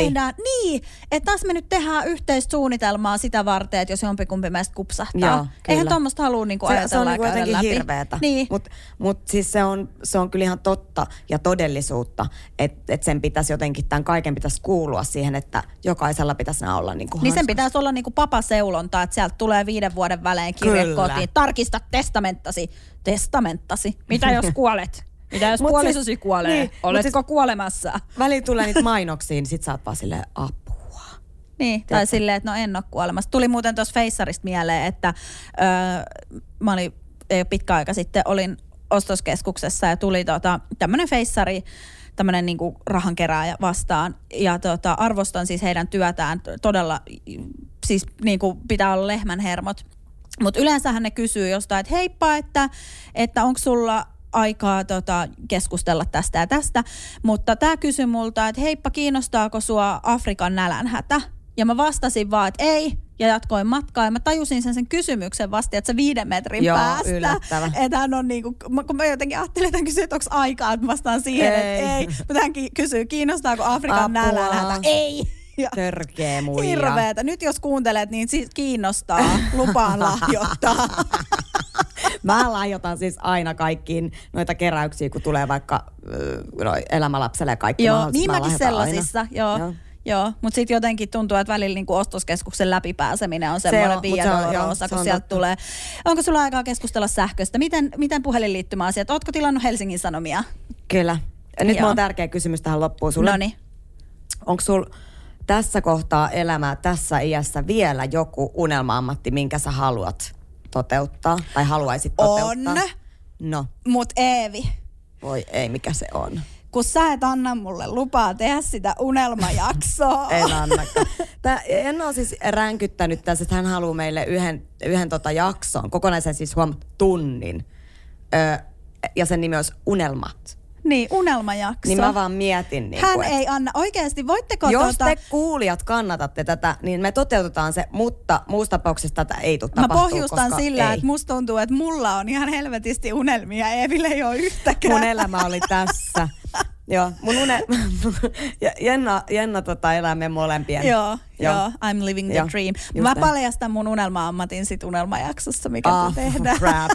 tässä me nyt tehdään yhteistä suunnitelmaa sitä varten, että jos jompikumpi meistä kupsahtaa. Joo, eihän tuommoista halua niinku ajatella ja käydä läpi. Se on jotenkin hirveetä. Niin. Mut siis se on kyllä ihan totta ja todellisuutta, että sen pitäisi jotenkin, tämän kaiken pitäisi kuulua siihen, että jokaisella pitäisi nämä olla niin kuin niin sen pitäisi olla niin kuin papaseulonta, että sieltä tulee 5 vuoden välein kirje kotiin. Tarkista testamenttasi. Mitä jos kuolet? Mitä jos puolisosi kuolee? Niin, oletko kuolemassa? Väliin tulee niitä mainoksia, niin sit sä oot vaan silleen apua. Niin, tai silleen, että en ole kuolemassa. Tuli muuten tuossa Feissarista mieleen, että mä olin pitkä aika sitten, olin ostoskeskuksessa ja tuli tämmönen Feissari, tämmönen niinku rahankerääjä vastaan. Ja arvostan siis heidän työtään todella, siis niinku pitää olla lehmän hermot. Mutta yleensähän ne kysyy jostain, että heippa, että onko sulla aikaa keskustella tästä ja tästä, mutta tämä kysyi multa, että heippa, kiinnostaako sua Afrikan nälänhätä? Ja mä vastasin vaan, että ei, ja jatkoin matkaa, ja mä tajusin sen kysymyksen vasta, että se 5 metrin päästä. Yllättävä. Että hän on niinku, kun mä jotenkin ajattelin, että hän kysyy, että onko aikaa, että mä vastaan siihen, että ei. Mutta hän kysyy, kiinnostaako Afrikan nälänhätä? Ei. Törkeä muija. Hirveetä. Nyt jos kuuntelet, niin siis kiinnostaa. Lupaan lahjoittaa. Mä lahjoitan siis aina kaikkiin noita keräyksiä, kun tulee vaikka elämälapselle ja kaikki. Joo, niin mäkin sellaisissa. Joo. Mutta sitten jotenkin tuntuu, että välillä niinku ostoskeskuksen läpipääseminen on semmoinen $5 kun sieltä tulee. Onko sulla aikaa keskustella sähköstä? Miten puhelinliittymäasiat? Ootko tilannut Helsingin Sanomia? Kyllä. Nyt mulla on tärkeä kysymys tähän loppuun sulle. Noniin. Onko sulla tässä kohtaa elämää, tässä iässä vielä joku unelma-ammatti, minkä sä haluat toteuttaa tai haluaisit toteuttaa? On. No. Mut Eevi. Voi ei, mikä se on? Kun sä et anna mulle lupaa tehdä sitä unelmajaksoa. En annakaan. En ole siis ränkyttänyt tässä, että hän haluaa meille yhden jakson, kokonaisen siis tunnin. Ja sen nimi olisi Unelmat. Niin, unelmajakso. Niin mä vaan mietin. Niin hän ei anna. Oikeasti, voitteko jos te kuulijat kannatatte tätä, niin me toteutetaan se, mutta muussa tapauksessa tätä ei tule tapahtua. Mä pohjustan sillä, että musta tuntuu, että mulla on ihan helvetisti unelmia. Eeville ei ole yhtäkään. Mun elämä oli tässä. Joo, Jenna elää me molempien. Joo, I'm living the dream. Mä paljastan mun unelma-ammatin sit unelmajaksossa, mikä tehdään. Crap.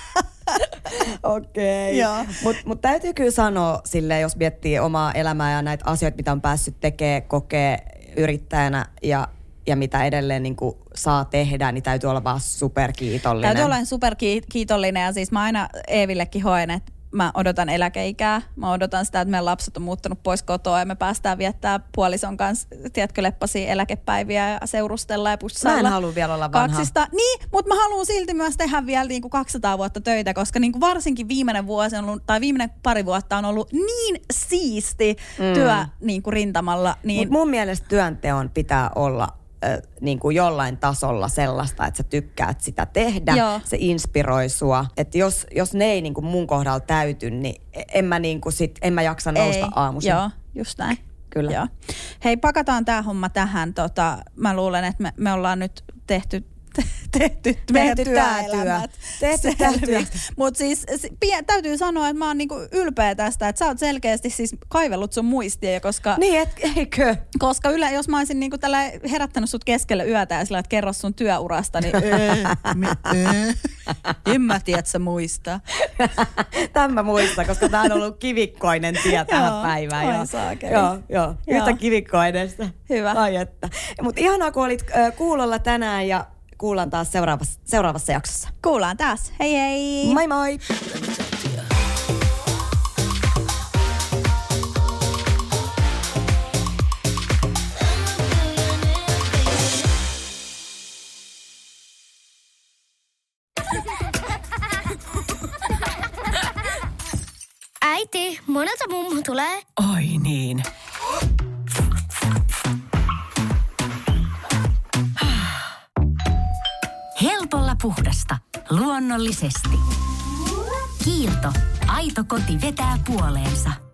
Okei. Mut täytyy kyllä sanoa silleen, jos miettii omaa elämää ja näitä asioita, mitä on päässyt tekemään, kokee yrittäjänä ja mitä edelleen niin kuin saa tehdä, niin täytyy olla vaan superkiitollinen. Täytyy olla superkiitollinen ja siis mä aina Eevillekin hoen, että mä odotan eläkeikää. Mä odotan sitä, että meidän lapset on muuttanut pois kotoa ja me päästään viettää puolison kanssa, tiedätkö, leppasia eläkepäiviä ja seurustella ja pussailla. Mä en halua vielä olla vanha. Niin, mutta mä haluan silti myös tehdä vielä niin kuin 200 vuotta töitä, koska niin kuin varsinkin viimeinen pari vuotta on ollut niin siisti työ niin kuin rintamalla. Niin... Mut mun mielestä työnteon pitää olla niin kuin jollain tasolla sellaista, että sä tykkäät sitä tehdä, se inspiroi sua. Että jos ne ei niin kuin mun kohdalla täyty, niin en mä jaksa nousta aamuisin. Joo, just näin. Kyllä. Joo. Hei, pakataan tää homma tähän. Mä luulen, että me ollaan nyt tehty meidän työelämät. Tehty tää työ. Mutta siis täytyy sanoa, että mä oon niinku ylpeä tästä, että sä oot selkeästi siis kaivellut sun muistia, koska... Niin, eikö? Koska jos mä olisin niinku tällä herättänyt sut keskelle yötä ja sillä, että kerro sun työurasta, niin en mä tiedä, että sä muistaa. Tämän mä muistan, koska tää on ollut kivikkoinen tie tähän päivään. Joo. Yhtä kivikkoinesta. Hyvä. Ai että. Mutta ihanaa, kun olit kuulolla tänään ja kuullaan taas seuraavassa jaksossa. Kuullaan taas. Hei hei! Moi moi! Äiti, monelta mummu tulee? Oi niin. Helpolla puhdasta. Luonnollisesti. Kiilto. Aito koti vetää puoleensa.